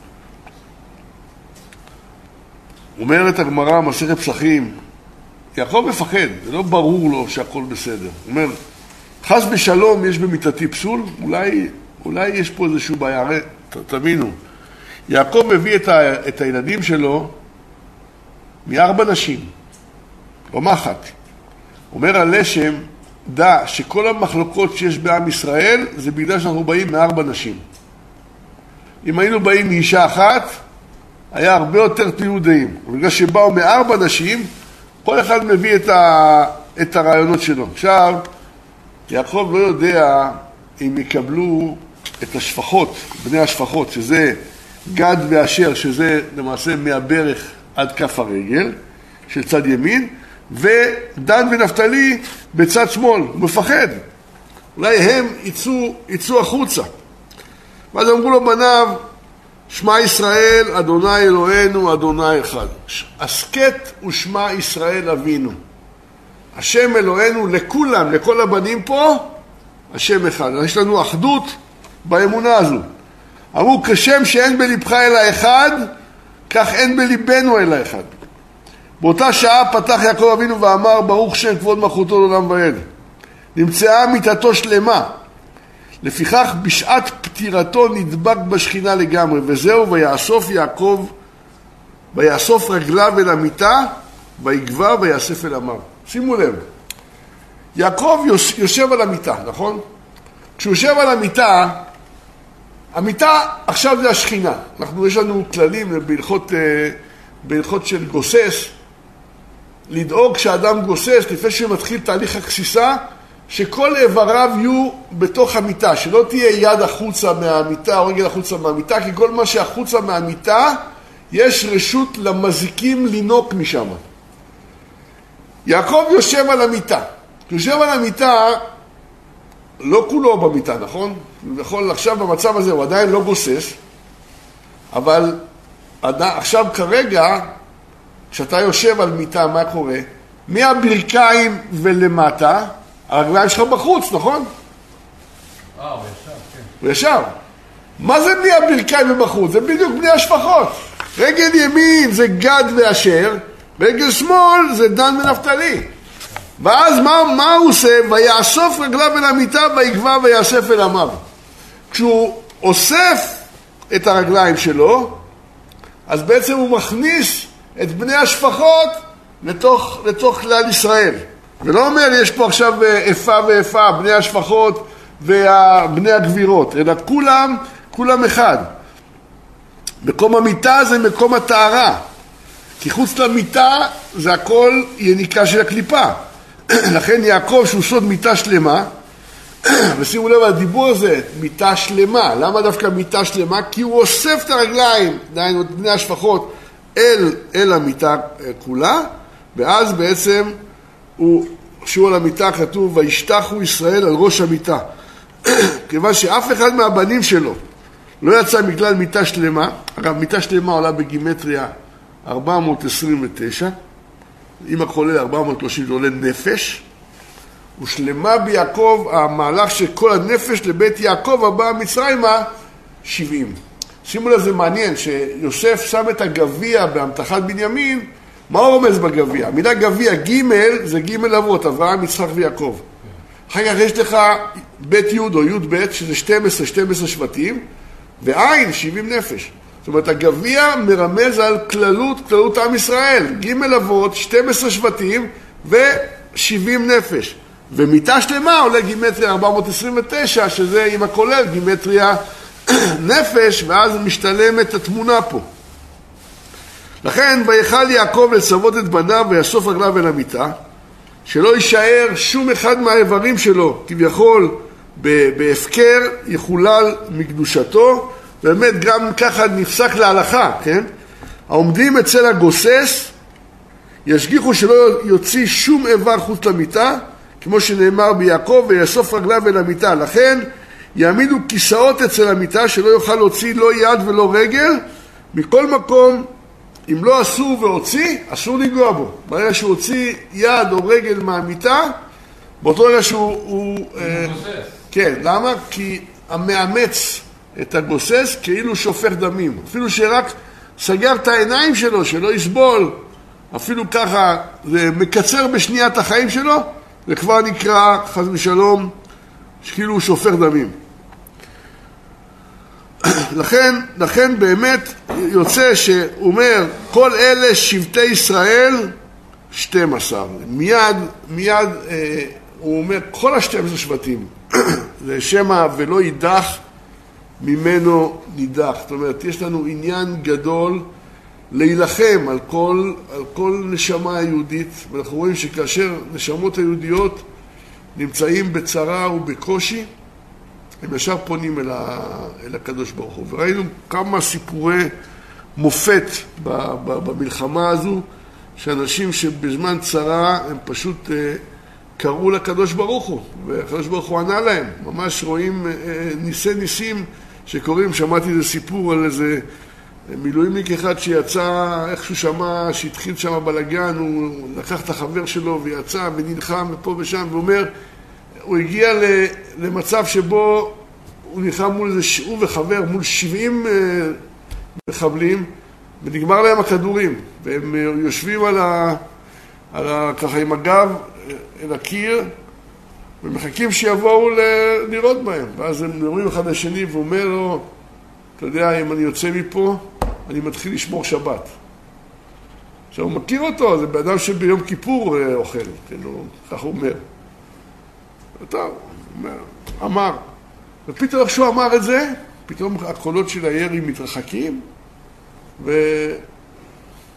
אומרת הגמרא, מסכת פסחים, יעקב מפחד, זה לא ברור לו שהכל בסדר. הוא אומר, חס בשלום יש במיטתי פסול, אולי, אולי יש פה איזשהו בעיה, הרי תבינו, יעקב מביא את, ה, את הילדים שלו מארבע נשים, לא מאחת. אומר הלשם, דע שכל המחלוקות שיש בעם ישראל, זה בגלל שאנחנו באים מארבע נשים. אם היינו באים מאישה אחת, היה הרבה יותר תמימות דעים. בגלל שבאו מארבע נשים, כל אחד מביא את, ה, את הרעיונות שלו. עכשיו, יעקב לא יודע אם יקבלו את השפחות, בני השפחות, שזה גד ואשר, שזה למעשה מהברך עד כף הרגל, של צד ימין, ודן ונפתלי בצד שמאל. הוא מפחד. אולי הם יצאו, יצאו החוצה. ואז אמרו לו בניו, שמע ישראל, אדוני אלוהינו, אדוני אחד. הסקט ושמע ישראל אבינו. השם אלוהינו לכולם, לכל הבנים פה, השם אחד. יש לנו אחדות באמונה הזו. אמרו, כשם שאין בלבך אלא אחד, כך אין בליבנו אלא אחד. באותה שעה פתח יעקב אבינו ואמר, ברוך שם כבוד מלכותו לעולם ועד. נמצאה מיתתו שלמה. לפיכך בשעת פטירתו נדבק בשכינה לגמרי, וזהו, ויאסוף יעקב, ויאסוף רגליו אל המיטה, ויגבה ויאסף אל המר. שימו לב, יעקב יושב על המיטה, נכון? כשהוא יושב על המיטה, המיטה עכשיו זה השכינה. אנחנו, יש לנו כללים בהלכות, בהלכות של גוסס, לדאוג שהאדם גוסס, לפני שמתחיל תהליך הכסיסה, שכל איבריו יהיו בתוך המיטה, שלא תהיה יד החוצה מהמיטה או רגל החוצה מהמיטה, כי כל מה שהחוצה מהמיטה, יש רשות למזיקים לנוק משם. יעקב יושב על המיטה. יושב על המיטה, לא כולו במיטה, נכון? יכול עכשיו במצב הזה, הוא עדיין לא גוסס, אבל עכשיו כרגע, כשאתה יושב על מיטה, מה קורה? מהברכיים ולמטה, הרגליים שלך בחוץ, נכון? אה, הוא ישר, כן. הוא ישר. מה זה מהברכיים ובחוץ? זה בדיוק בני השפחות. רגל ימין זה גד ואשר, רגל שמאל זה דן ונפתלי. ואז מה, מה הוא עושה? ויאסוף רגליו אל המיטה ויקבע ויאסף אל עמיו. כשהוא אוסף את הרגליים שלו, אז בעצם הוא מכניס את בני השפחות לתוך, לתוך כלל ישראל. ולא אומר, יש פה עכשיו איפה ואיפה, בני השפחות ובני הגבירות, אלא כולם, כולם אחד. מקום המיטה זה מקום הטהרה, כי חוץ למיטה זה הכל יניקה של הקליפה. לכן יעקב שהוא סוד מיטה שלמה, ושימו לב על הדיבור הזה, מיטה שלמה. למה דווקא מיטה שלמה? כי הוא אוסף את הרגליים, דהיינו את בני השפחות, אל, אל המיטה כולה, ואז בעצם הוא, שהוא על המיטה כתוב, וישתחו ישראל על ראש המיטה. כיוון שאף אחד מהבנים שלו לא יצא מכלל מיטה שלמה. אגב, מיטה שלמה עולה בגימטריה ארבע מאות עשרים ותשע, אם הכולל ארבע מאות שלושים זה עולה נפש, ושלמה ביעקב המהלך של כל הנפש לבית יעקב הבא מצרימה שבעים. שימו לב, זה מעניין שיוסף שם את הגביע בהמתחת בנימין. מה הוא רומז בגביע? המילה גביע ג' זה ג' אבות, אברהם, יצחק ויעקב. אחר כך יש לך בית י' או י' ב' שזה שתים עשרה, שתים עשרה שבטים, ועין שבעים נפש. זאת אומרת, הגביע מרמז על כללות, כללות עם ישראל. ג' אבות, שתים עשרה שבטים ו-שבעים נפש. ומיטה שלמה עולה גימטריה ארבע מאות עשרים ותשע, שזה עם הכולל גימטריה נפש, ואז משתלמת התמונה פה. לכן, ויכל יעקב לצוות את בניו ויאסוף רגליו אל המיטה, שלא יישאר שום אחד מהאיברים שלו, כביכול בהפקר, יחולל מקדושתו, באמת גם ככה נפסק להלכה, כן? העומדים אצל הגוסס, ישגיחו שלא יוציא שום איבר חוץ למיטה, כמו שנאמר ביעקב, ויאסוף רגליו אל המיטה. לכן, יעמידו כיסאות אצל המיטה, שלא יוכל להוציא לא יד ולא רגל, מכל מקום, אם לא אסור והוציא, אסור לגוע בו. ברגע שהוא הוציא יד או רגל מהמיטה, באותו רגע שהוא... הוא, אה, כן, למה? כי המאמץ את הגוסס כאילו שופך דמים. אפילו שרק סגר את העיניים שלו, שלא יסבול, אפילו ככה זה מקצר בשניית החיים שלו, זה כבר נקרא, חס ושלום, שכאילו הוא שופך דמים. לכן, לכן באמת יוצא שהוא אומר, כל אלה שבטי ישראל, שתים עשרה. מיד, מיד אה, הוא אומר, כל השתים עשרה שבטים, זה שמה ולא יידח ממנו נידח. זאת אומרת, יש לנו עניין גדול להילחם על כל, על כל נשמה היהודית, ואנחנו רואים שכאשר נשמות היהודיות נמצאים בצרה ובקושי, הם ישר פונים אל, ה, אל הקדוש ברוך הוא. וראינו כמה סיפורי מופת ב, ב, במלחמה הזו, שאנשים שבזמן צרה הם פשוט אה, קראו לקדוש ברוך הוא, והקדוש ברוך הוא ענה להם. ממש רואים אה, ניסי ניסים שקוראים, שמעתי איזה סיפור על איזה מילואימניק אחד שיצא, איכשהו שמע, שהתחיל שם בלגן, הוא לקח את החבר שלו ויצא ונלחם ופה ושם, ואומר, הוא הגיע למצב שבו הוא נלחם מול איזה שהוא וחבר, מול שבעים מחבלים, ונגמר להם הכדורים, והם יושבים על ה... על ה... ככה עם הגב אל הקיר, ומחכים שיבואו ל... לראות בהם. ואז הם נראים אחד לשני, והוא אומר לו, אתה יודע, אם אני יוצא מפה, אני מתחיל לשמור שבת. עכשיו, הוא מכיר אותו, זה באדם שביום כיפור אוכל, כאילו, כך הוא אומר. טוב, אמר. ופתאום איך שהוא אמר את זה, פתאום הקולות של הירי מתרחקים,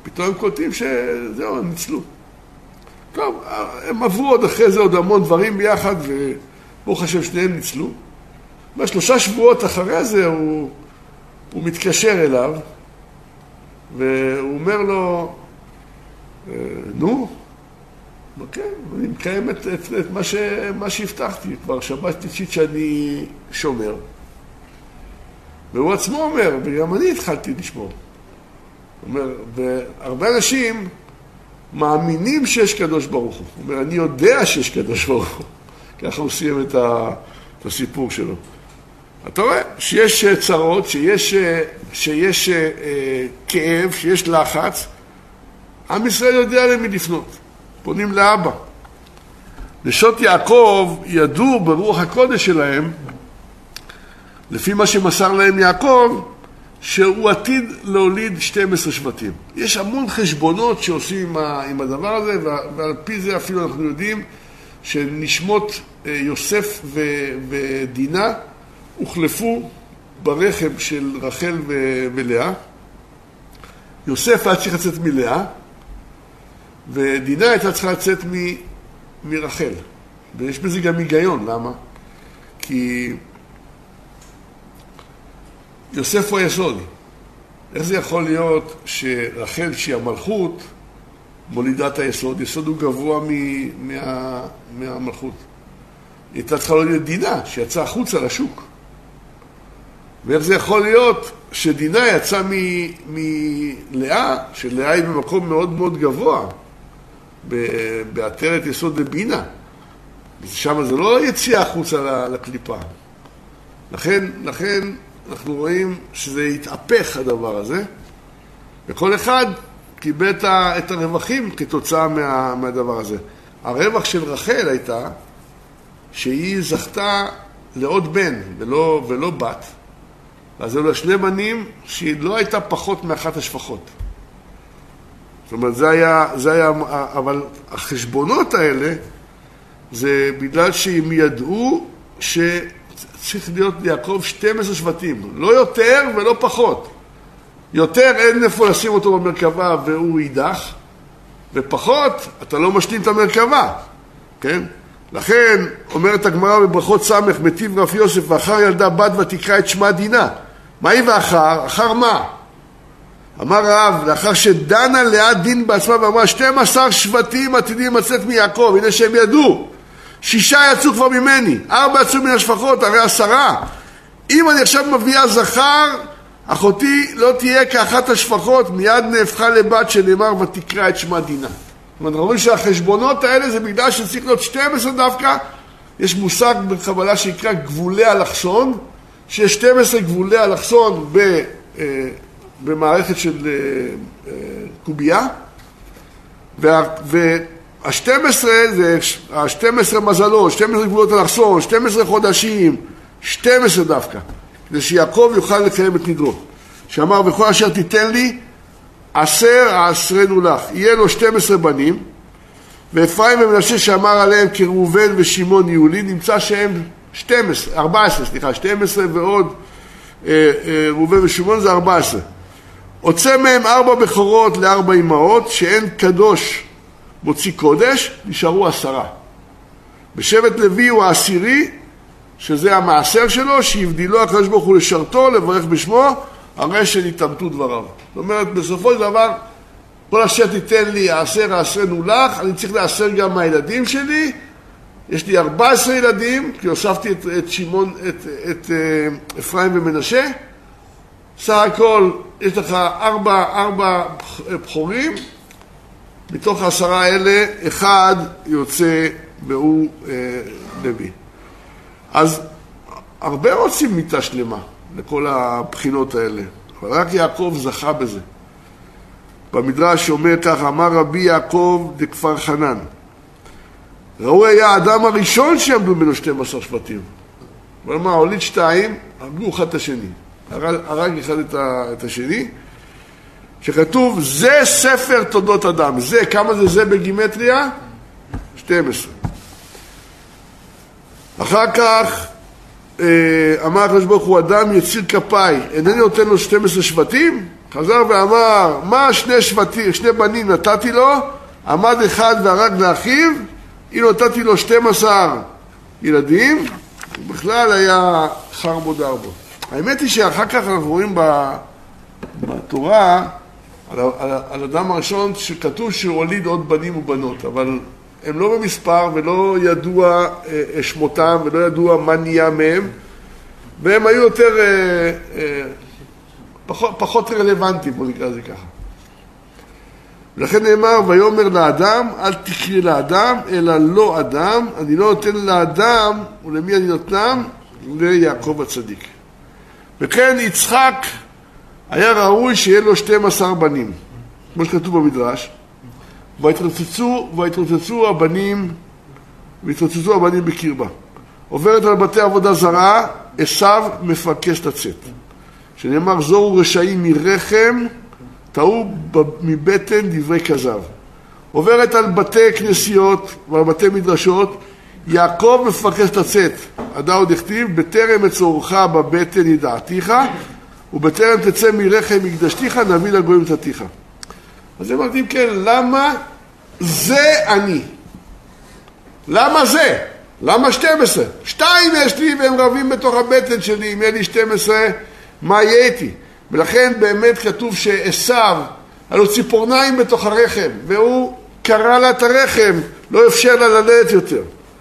פתאום הם קולטים שזהו, הם ניצלו. טוב, הם עברו עוד אחרי זה עוד המון דברים ביחד, וברוך השם שניהם ניצלו. בשלושה שבועות אחרי זה הוא, הוא מתקשר אליו, והוא אומר לו, נו, כן, אני מקיים את, את, את מה, ש, מה שהבטחתי, כבר שבת תשיעית שאני שומר. והוא עצמו אומר, וגם אני התחלתי לשמור. הוא אומר, והרבה אנשים מאמינים שיש קדוש ברוך הוא. הוא אומר, אני יודע שיש קדוש ברוך הוא. ככה הוא סיים את, ה, את הסיפור שלו. אתה רואה שיש צרות, שיש, שיש אה, כאב, שיש לחץ, עם ישראל יודע למי לפנות. פונים לאבא. נשות יעקב ידעו ברוח הקודש שלהם, לפי מה שמסר להם יעקב, שהוא עתיד להוליד שנים עשר שבטים. יש המון חשבונות שעושים עם, ה, עם הדבר הזה, ועל פי זה אפילו אנחנו יודעים שנשמות יוסף ו, ודינה הוחלפו ברחם של רחל ו, ולאה. יוסף היה צריך לצאת מלאה, ודינה הייתה צריכה לצאת מ, מרחל. ויש בזה גם היגיון, למה? כי יוסף הוא היסוד. איך זה יכול להיות שרחל שהיא המלכות מולידת היסוד? יסוד הוא גבוה מ, מה, מהמלכות. היא הייתה צריכה להוליד דינה שיצאה החוצה לשוק. ואיך זה יכול להיות שדינה יצאה מלאה, שלאה היא במקום מאוד מאוד גבוה, בעטרת יסוד לבינה. שם זה לא יציאה החוצה לקליפה. לכן, לכן אנחנו רואים שזה יתהפך הדבר הזה, וכל אחד קיבל את הרווחים כתוצאה מה, מהדבר הזה. הרווח של רחל הייתה שהיא זכתה לעוד בן ולא, ולא בת, אז היו לה שני בנים שהיא לא הייתה פחות מאחת השפחות. זאת אומרת, זה היה, זה היה, אבל החשבונות האלה זה בגלל שהם ידעו שצריך להיות ליעקב שנים עשר שבטים, לא יותר ולא פחות. יותר אין איפה לשים אותו במרכבה והוא יידח, ופחות אתה לא משלים את המרכבה, כן? לכן אומרת הגמרא בברכות סמך, מטיב רב יוסף, ואחר ילדה בת ותקרא את שמה דינה. מה היא ואחר? אחר מה? אמר רב, לאחר שדנה לאה דין בעצמה ואמרה, שנים עשר שבטים עתידים לצאת מיעקב, הנה שהם ידעו. שישה יצאו כבר ממני, ארבע יצאו מן השפחות, הרי עשרה. אם אני עכשיו מביאה זכר, אחותי לא תהיה כאחת השפחות, מיד נהפכה לבת שנאמר ותקרא את שמה דינה. זאת אומרת, רואים שהחשבונות האלה זה בגלל שצריך להיות שנים עשר דווקא. יש מושג בקבלה שיקרא גבולי אלכסון, שיש שנים עשר גבולי אלכסון ב, אה, במערכת של אה, אה, קובייה, וה-שתים עשרה זה ה-שתים עשרה מזלות, שתים עשרה גבולות אלכסון, שתים עשרה חודשים, שתים עשרה דווקא, כדי שיעקב יוכל לקיים את נדרו. שאמר, וכל אשר תיתן לי, עשר העשרנו לך. יהיה לו שתים עשרה בנים, ואפרים ומנשה שאמר עליהם כראובן ושמעון יהיו לי, נמצא שהם שתים עשרה, ארבע עשרה, סליחה, שתים עשרה ועוד אה, אה, ראובן ושמעון זה ארבע עשרה. הוצא מהם ארבע בכורות לארבע אמהות, שאין קדוש מוציא קודש, נשארו עשרה. בשבט לוי הוא העשירי, שזה המעשר שלו, שיבדילו הקדוש ברוך הוא לשרתו, לברך בשמו, הרי שנתעמתו דבריו. זאת אומרת, בסופו של דבר, כל אשר תיתן לי, העשר העשרנו לך, אני צריך לעשר גם מהילדים שלי. יש לי ארבע עשרה ילדים, כי הוספתי את, את שמעון, את, את, את אפרים ומנשה. סך הכל, יש לך ארבע, ארבע בחורים, מתוך העשרה האלה, אחד יוצא והוא אה, לוי. אז הרבה רוצים מיטה שלמה לכל הבחינות האלה, אבל רק יעקב זכה בזה. במדרש אומר כך, אמר רבי יעקב דכפר חנן, ראוי היה האדם הראשון שעמדו ממנו שתים עשרה שבטים. אבל מה, הוליד שתיים, הרגו אחד את השני. הרג, הרג אחד את, ה, את השני, שכתוב, זה ספר תולדות אדם. זה, כמה זה זה בגימטריה? שתים עשרה. אחר כך, אמר הקדוש ברוך הוא, אדם יציר כפיי, אינני נותן לו שתים עשרה שבטים? חזר ואמר, מה שני שבטים, שני בנים נתתי לו? עמד אחד והרג לאחיו, אילו נתתי לו שתים עשרה ילדים, בכלל היה חרבו דרבו. האמת היא שאחר כך אנחנו רואים בתורה על, על, על אדם הראשון שכתוב שהוא הוליד עוד בנים ובנות, אבל הם לא במספר ולא ידוע אה, שמותם ולא ידוע מה נהיה מהם, והם היו יותר, אה, אה, פחות, פחות רלוונטיים, בוא נקרא לזה ככה. ולכן נאמר, ויאמר לאדם, אל תקרא לאדם, אלא לא אדם, אני לא נותן לאדם, ולמי אני נותנם? ליעקב הצדיק. וכן יצחק היה ראוי שיהיה לו שתים עשרה בנים, כמו שכתוב במדרש, והתרוצצו, והתרוצצו הבנים, והתרוצצו הבנים בקרבה. עוברת על בתי עבודה זרה, עשיו מפרקס את הצאת. שנאמר, זורו רשעים מרחם, טעו מבטן דברי כזב. עוברת על בתי כנסיות ועל בתי מדרשות, יעקב מפרקס את הצאת. עדה עוד הכתיב, בטרם אצורך בבטן ידעתיך, ובטרם תצא מרחם מקדשתיך, נביא לגויים תתיך. אז הם אמרתי, כן, למה זה אני? למה זה? למה שתים עשרה? שתיים יש לי והם רבים בתוך הבטן שלי, אם יהיה לי שתים עשרה, מה יהיה איתי? ולכן באמת כתוב שעשיו, עלו ציפורניים בתוך הרחם, והוא קרא לה את הרחם, לא אפשר לה ללדת יותר.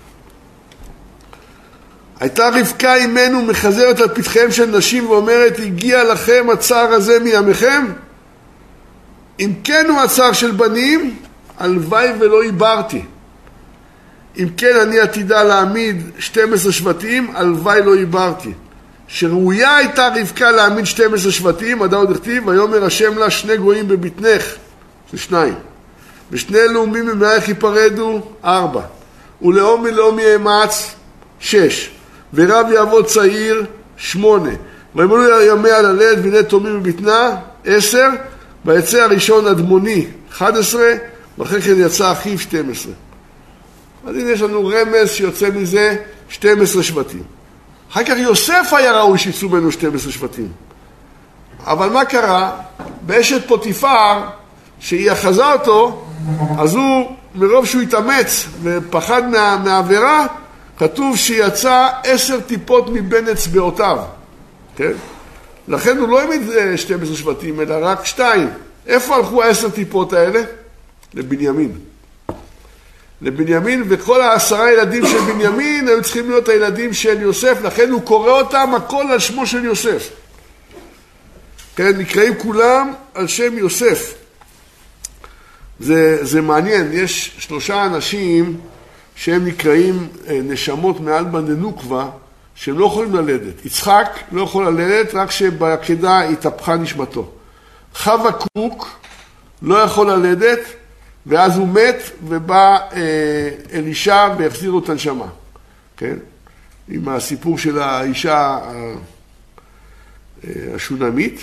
הייתה רבקה אימנו מחזרת על פתחיהם של נשים ואומרת, הגיע לכם הצער הזה מימיכם? אם כן הוא הצער של בנים, הלוואי ולא עיברתי. אם כן אני עתידה להעמיד שתים עשרה שבטים, הלוואי לא עיברתי. שראויה הייתה רבקה להעמיד שתים עשרה שבטים, עדה עוד הכתיב, ויאמר השם לה שני גויים בבטנך, זה שניים. ושני לאומים ממאייך ייפרדו, ארבע. ולאומי לאומי יאמץ, שש. ורב יעבוד צעיר, שמונה. וימלאו ימיה ללדת והנה תומים בבטנה, עשר. ויצא הראשון אדמוני, אחד עשרה. ואחרי כן יצא אחיו, שתים עשרה. אז הנה יש לנו רמז שיוצא מזה שתים עשרה שבטים. אחר כך יוסף היה ראוי שיצאו ממנו שתים עשרה שבטים. אבל מה קרה? באשת פוטיפר, שהיא אחזה אותו, אז הוא, מרוב שהוא התאמץ ופחד מה, מהעבירה, כתוב שיצא עשר טיפות מבין אצבעותיו. כן? לכן הוא לא העמיד שתים עשרה שבטים, אלא רק שתיים. איפה הלכו העשר טיפות האלה? לבנימין. לבנימין, וכל העשרה ילדים של בנימין היו צריכים להיות הילדים של יוסף, לכן הוא קורא אותם הכל על שמו של יוסף. כן, נקראים כולם על שם יוסף. זה, זה מעניין, יש שלושה אנשים שהם נקראים נשמות מעל בננוקווה, שהם לא יכולים ללדת. יצחק לא יכול ללדת, רק שבעקדה התהפכה נשמתו. חווה קוק לא יכול ללדת, ואז הוא מת, ובא אה, אלישע והחזיר לו את הנשמה. כן? עם הסיפור של האישה אה, השונמית.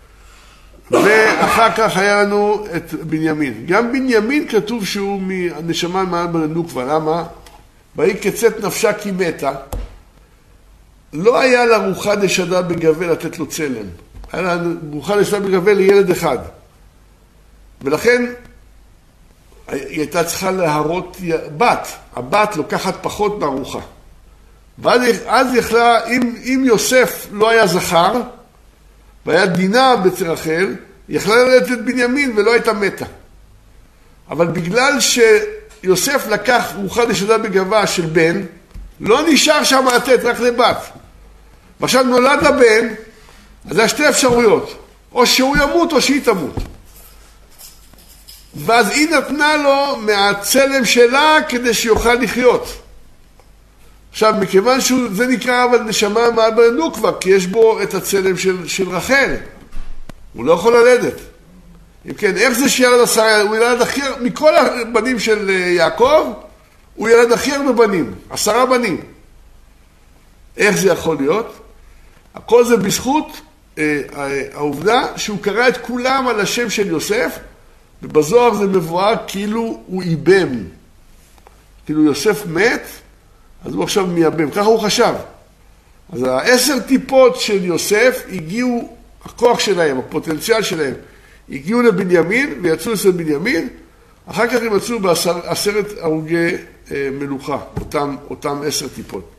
ואחר כך היה לנו את בנימין. גם בנימין כתוב שהוא מהנשמה מעל בננוקווה. למה? והיא קצת נפשה כי מתה. לא היה לה רוחה דשדה בגבל לתת לו צלם. היה לה רוחה דשדה בגבל לילד אחד. ולכן היא הייתה צריכה להרות בת. הבת לוקחת פחות מהרוחה. ואז יכלה, אם, אם יוסף לא היה זכר, והיה דינה בצל רחל, היא יכלה ללדת את בנימין ולא הייתה מתה. אבל בגלל שיוסף לקח רוחה דשדה בגבה של בן, לא נשאר שם לתת רק לבת. ועכשיו נולד הבן, אז זה שתי אפשרויות. או שהוא ימות או שהיא תמות. ואז היא נתנה לו מהצלם שלה כדי שיוכל לחיות. עכשיו, מכיוון שזה נקרא אבל נשמה מעל בננוקווה, כי יש בו את הצלם של, של רחל. הוא לא יכול ללדת. אם כן, איך זה שילד עשרה? הוא ילד הכי, מכל הבנים של יעקב, הוא ילד הכי הרבה בנים. עשרה בנים. איך זה יכול להיות? הכל זה בזכות אה, העובדה שהוא קרא את כולם על השם של יוסף, ובזוהר זה מבואר כאילו הוא איבם. כאילו יוסף מת, אז הוא עכשיו מייבם. ככה הוא חשב. אז העשר טיפות של יוסף הגיעו הכוח שלהם, הפוטנציאל שלהם, הגיעו לבנימין ויצאו אצל בנימין, אחר כך הם יצאו בעשרת הרוגי מלוכה, אותם, אותם עשר טיפות.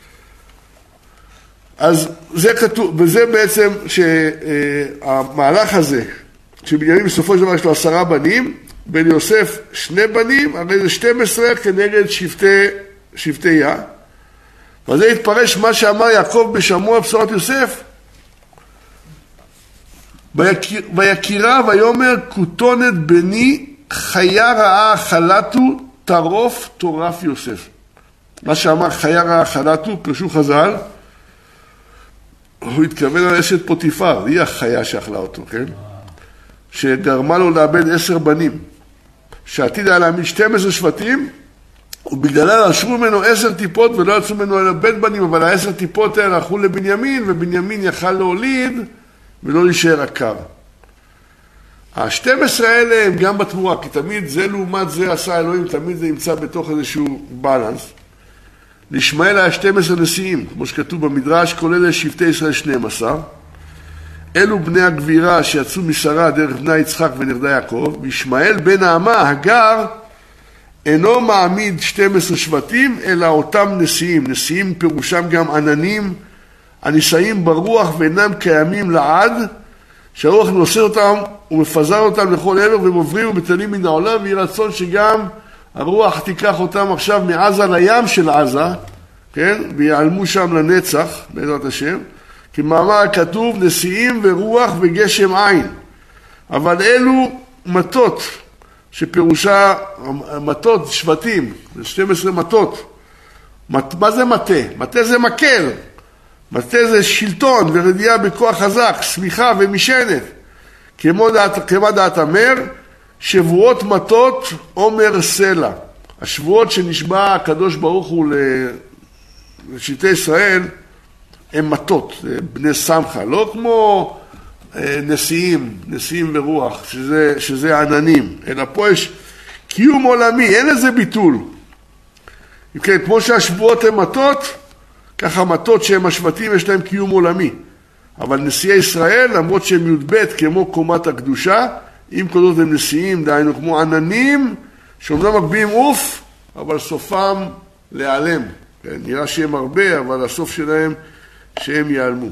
אז זה כתוב, וזה בעצם שהמהלך הזה, שבנימין בסופו של דבר יש לו עשרה בנים, וליוסף שני בנים, הרי זה שתים עשרה כנגד שבטי, שבטי יה. וזה התפרש מה שאמר יעקב בשמוע בשורת יוסף, ויקירה ויאמר כותונת בני חיה רעה חלטו טרוף טורף יוסף. מה שאמר חיה רעה חלטו, פרשו חז"ל, הוא התכוון על אשת פוטיפר, היא החיה שאכלה אותו, כן? שגרמה לו לאבד עשר בנים, שעתיד היה להעמיד שתים עשרה שבטים, ובגללה רשרו ממנו עשר טיפות ולא יצאו ממנו אלא בית בנים, אבל העשר טיפות האלה הלכו לבנימין, ובנימין יכל להוליד ולא להישאר עקר. ה-שתים עשרה האלה הם גם בתמורה, כי תמיד זה לעומת זה עשה אלוהים, תמיד זה ימצא בתוך איזשהו בלנס. לישמעאל היה שתים עשרה נשיאים, כמו שכתוב במדרש, כולל שבטי ישראל שנים עשר. אלו בני הגבירה שיצאו משרה דרך בני יצחק ונכדי יעקב, וישמעאל בן נעמה, הגר, אינו מעמיד שתים עשרה שבטים, אלא אותם נשיאים. נשיאים פירושם גם עננים, הנישאים ברוח ואינם קיימים לעד, שהרוח נושא אותם ומפזר אותם לכל עבר, והם עוברים ומטלים מן העולם, ויהי רצון שגם הרוח תיקח אותם עכשיו מעזה לים של עזה, כן? ויעלמו שם לנצח, בעזרת השם. כמאמר הכתוב, נשיאים ורוח וגשם עין. אבל אלו מטות, שפירושה מטות, שבטים, שתים עשרה מטות. מה זה מטה? מטה זה מקל. מטה זה שלטון ורדיעה בכוח חזק, סמיכה ומשענת. כמו דעת, כמו דעת אמר, שבועות מטות עומר סלע. השבועות שנשבע הקדוש ברוך הוא לשבטי ישראל, הם מטות, בני שמחה, לא כמו נשיאים, נשיאים ורוח, שזה, שזה עננים, אלא פה יש קיום עולמי, אין לזה ביטול. כן, כמו שהשבועות הם מטות, ככה מטות שהם השבטים יש להם קיום עולמי. אבל נשיאי ישראל, למרות שהם י"ב כמו קומת הקדושה, עם קודות הם נשיאים, דהיינו כמו עננים, שאומנם מגביהים עוף, אבל סופם להיעלם. כן, נראה שהם הרבה, אבל הסוף שלהם שהם ייעלמו.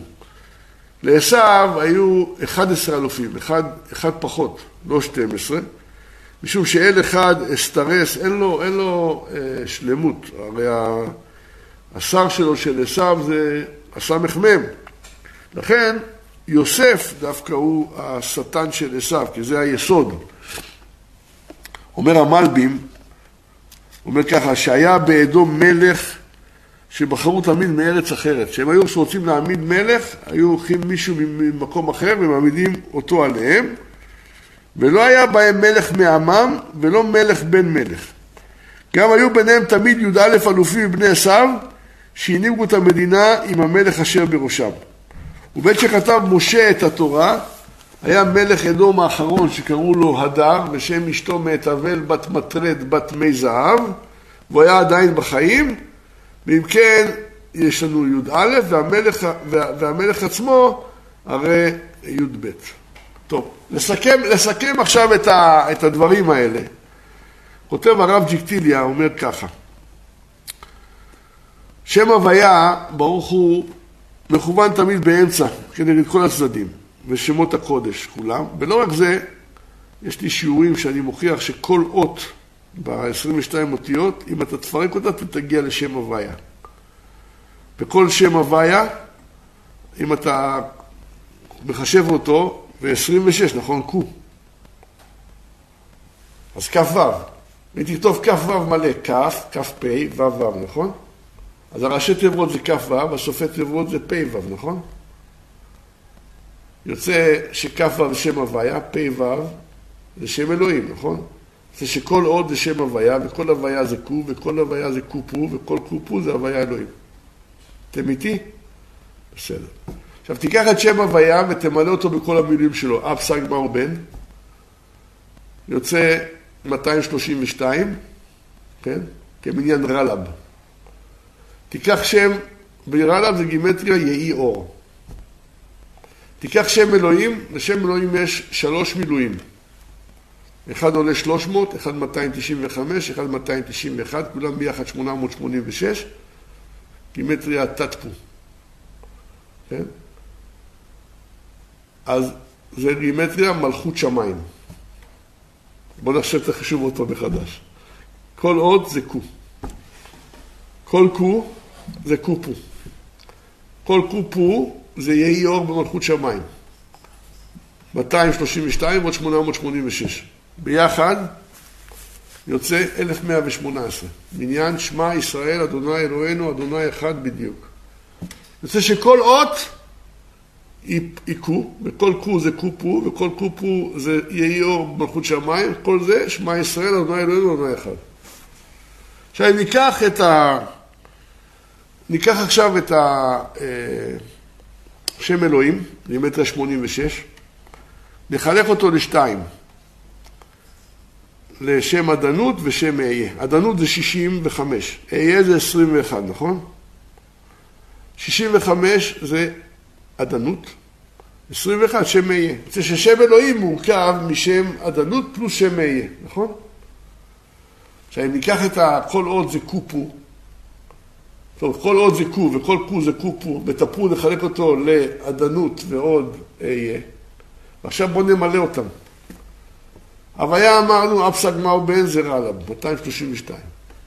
לעשו היו אחד עשר אלופים, אחד, אחד פחות, לא שתים עשרה, משום שאל אחד אסתרס, אין לו, אין לו אה, שלמות. הרי השר שלו של עשו זה הסמ"ם. לכן יוסף דווקא הוא השטן של עשו, כי זה היסוד. אומר המלבים, אומר ככה, שהיה באדום מלך שבחרו תמיד מארץ אחרת. שהם היו שרוצים להעמיד מלך, היו הולכים מישהו ממקום אחר ומעמידים אותו עליהם, ולא היה בהם מלך מעמם ולא מלך בן מלך. גם היו ביניהם תמיד י"א אלופים מבני עשיו, שהנהיגו את המדינה עם המלך אשר בראשם. ובעת שכתב משה את התורה, היה מלך אדום האחרון שקראו לו הדר, ושם אשתו מאתבל בת מטרד בת מי זהב, והוא היה עדיין בחיים, ואם כן יש לנו י"א, והמלך, והמלך עצמו הרי י"ב. טוב, לסכם, לסכם עכשיו את, ה, את הדברים האלה. כותב הרב ג'יקטיליה, אומר ככה, שם הוויה, ברוך הוא, מכוון תמיד באמצע, כנגד כל הצדדים, ושמות הקודש כולם. ולא רק זה, יש לי שיעורים שאני מוכיח שכל אות ב-עשרים ושתיים אותיות, אם אתה תפרק אותה, אתה תגיע לשם הוויה. וכל שם הוויה, אם אתה מחשב אותו, ב-עשרים ושש, נכון? קו. אז כף וו. ותכתוב כף וו מלא, כף, כף פי, וו וו, נכון? אז הראשי תיבות זה כף וו, הסופי תיבות זה פי וו, נכון? יוצא שכף וו זה שם הוויה, פי וו זה שם אלוהים, נכון? זה שכל עוד זה שם הוויה, וכל הוויה זה קו, וכל הוויה זה קופו, וכל קופו זה הוויה אלוהים. אתם איתי? בסדר. עכשיו תיקח את שם הוויה ותמלא אותו בכל המילים שלו. אב סג מאור בן, יוצא מאתיים שלושים ושתיים, כן? כמניין רלב. תיקח שם, ברלב זה גימטריה יהי אור. תיקח שם אלוהים, לשם אלוהים יש שלוש מילואים. אחד עולה שלוש מאות, אחד מאתיים תשעים וחמש, אחד מאתיים תשעים ואחת, כולם ביחד שמונה מאות שמונים ושש, גימטריה תתפו. כן? אז זה גימטריה מלכות שמיים. בואו נחשב את החישוב אותו מחדש. כל עוד זה קו. כל קו זה קופו. כל קופו זה יהי אור במלכות שמיים. מאתיים שלושים ושתיים ועוד שמונה מאות שמונים ושש. ביחד יוצא אלף מאה ושמונה עשרה. מניין שמע ישראל, אדוני אלוהינו, אדוני אחד בדיוק. יוצא שכל אות היא קו, וכל קו זה קופו, וכל קופו זה יהי אור במלכות שמיים, כל זה שמע ישראל, אדוני אלוהינו, אדוני אחד. עכשיו ניקח את ה... ניקח עכשיו את השם אלוהים, גימטריה שמונים ושש, נחלק אותו לשתיים, לשם עדנות ושם אהיה. עדנות זה שישים וחמש, אהיה זה עשרים ואחת, נכון? שישים וחמש זה עדנות, עשרים ואחת שם אהיה. זה ששם אלוהים מורכב משם עדנות פלוס שם אהיה, נכון? עכשיו אם ניקח את כל עוד זה קופו, טוב, כל עוד זה קו וכל קו זה קופו, בתפו נחלק אותו לעדנות ועוד אהיה. ועכשיו בואו נמלא אותם. הוויה אמרנו, אפסק מהו בן זה רעלם, מאתיים שלושים ושתיים.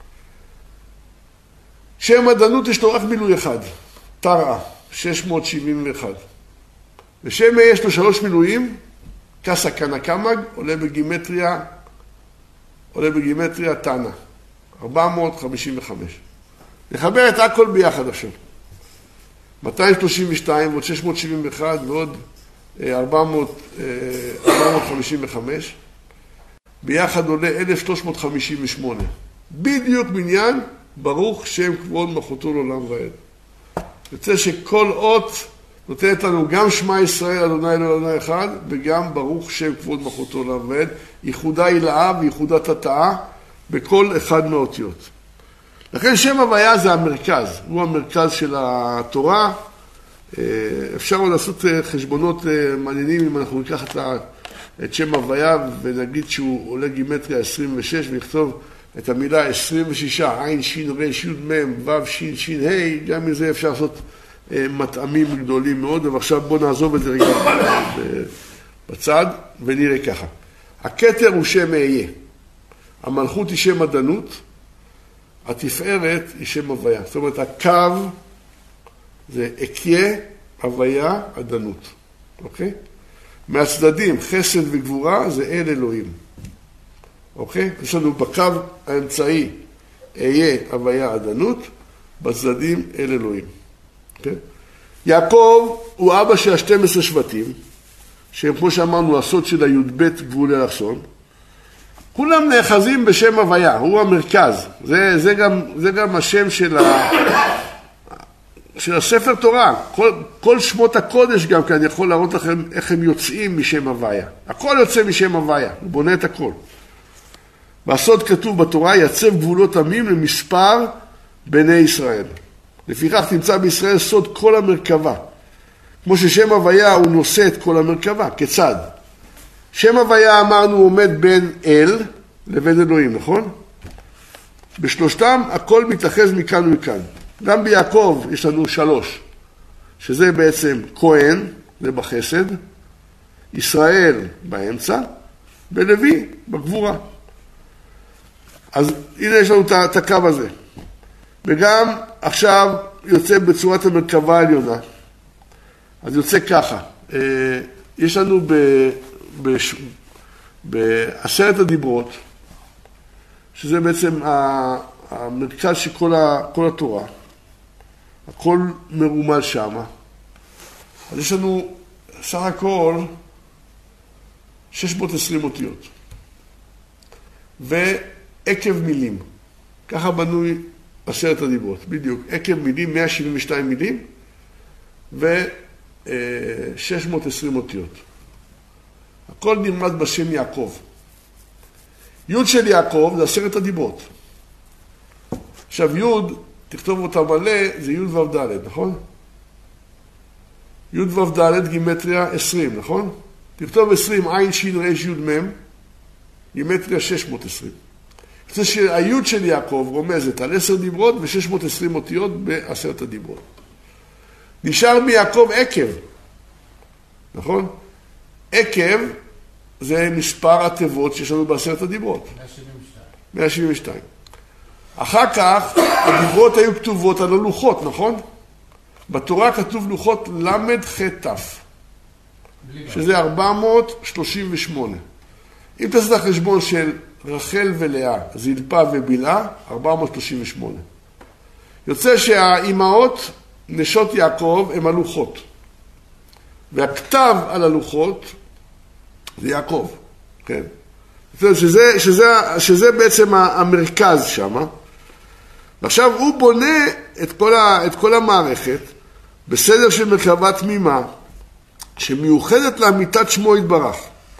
שם עדנות יש לו רק מילוי אחד, תראה, שש מאות שבעים ואחת. ושם יש לו שלוש מילואים, קסה קנה קמג, עולה בגימטריה, עולה בגימטריה תנה, ארבע מאות חמישים וחמש. נחבר את הכל ביחד עכשיו. מאתיים שלושים ושתיים ועוד שש מאות שבעים ואחת ועוד ארבע מאות חמישים וחמש. ביחד עולה אלף שלוש מאות חמישים ושמונה. בדיוק מניין ברוך שם כבוד מלכותו לעולם ועד. יוצא שכל אות נותנת לנו גם שמע ישראל אדוני אלוהינו אדוני אחד, וגם ברוך שם כבוד מלכותו לעולם ועד. ייחודה הילאה וייחודה תתאה בכל אחד מהאותיות. לכן שם הוויה זה המרכז, הוא המרכז של התורה. אפשר עוד לעשות חשבונות מעניינים אם אנחנו ניקח את שם הוויה ונגיד שהוא עולה גימטריה עשרים ושש ונכתוב את המילה עשרים ושש, עין שין רש יוד מם וו שין שין ה', גם מזה אפשר לעשות מטעמים גדולים מאוד. ועכשיו בואו נעזוב את זה רגע בצד ונראה ככה. הכתר הוא שם אהיה, המלכות היא שם עדנות, התפארת היא שם הוויה. זאת אומרת, הקו זה אקיה, הוויה, עדנות. אוקיי? מהצדדים, חסד וגבורה, זה אל אלוהים. אוקיי? יש לנו בקו האמצעי, אהיה, הוויה, עדנות, בצדדים, אל אלוהים. אוקיי? יעקב הוא אבא של ה-שנים עשר שבטים, שהם כמו שאמרנו, הסוד של הי"ב גבול אלכסון. כולם נאחזים בשם הוויה, הוא המרכז. זה, זה, גם, זה גם השם של, ה, של הספר תורה. כל, כל שמות הקודש גם כאן יכול להראות לכם איך הם יוצאים משם הוויה. הכל יוצא משם הוויה, הוא בונה את הכל. בסוד כתוב בתורה, יצב גבולות עמים למספר בני ישראל. לפיכך תמצא בישראל סוד כל המרכבה. כמו ששם הוויה הוא נושא את כל המרכבה. כיצד? שם הוויה אמרנו עומד בין אל לבין אלוהים, נכון? בשלושתם הכל מתאחז מכאן ומכאן. גם ביעקב יש לנו שלוש, שזה בעצם כהן, זה בחסד, ישראל באמצע, ולוי בגבורה. אז הנה יש לנו את הקו הזה. וגם עכשיו יוצא בצורת המרכבה העליונה. אז יוצא ככה. יש לנו ב... בש... בעשרת הדיברות, שזה בעצם המרכז של כל, ה... כל התורה, הכל מרומז שמה. אז יש לנו סך הכל שש מאות ועשרים אותיות. ועקב מילים. ככה בנוי עשרת הדיברות, בדיוק. עקב מילים, מאה שבעים ושתיים מילים, ו-שש מאות ועשרים אותיות. הכל נרמז בשם יעקב. י' של יעקב זה עשרת הדיברות. עכשיו י', תכתוב אותה מלא, זה י' ו' ד', נכון? י' ו' ד' גימטריה עשרים, נכון? תכתוב עשרים, עין שין רש י' מ', גימטריה שש מאות ועשרים. זה שהיוד של יעקב רומזת על עשר דיברות ו-שש מאות ועשרים אותיות בעשרת הדיברות. נשאר מיעקב עקב, נכון? עקב זה מספר התיבות שיש לנו בעשרת הדיברות. מאה שבעים ושתיים. מאה שבעים ושתיים. אחר כך הדיברות היו כתובות על הלוחות, נכון? בתורה כתוב לוחות למד חטף, שזה ארבע מאות שלושים ושמונה. אם תעשה את החשבון של רחל ולאה, זלפה ובלעה, ארבע מאות שלושים ושמונה. יוצא שהאימהות, נשות יעקב, הם הלוחות. והכתב על הלוחות זה יעקב, כן. שזה, שזה, שזה בעצם המרכז שם. ועכשיו הוא בונה את כל, ה, את כל המערכת בסדר של מרכבה תמימה, שמיוחדת לאמיתת שמו יתברך.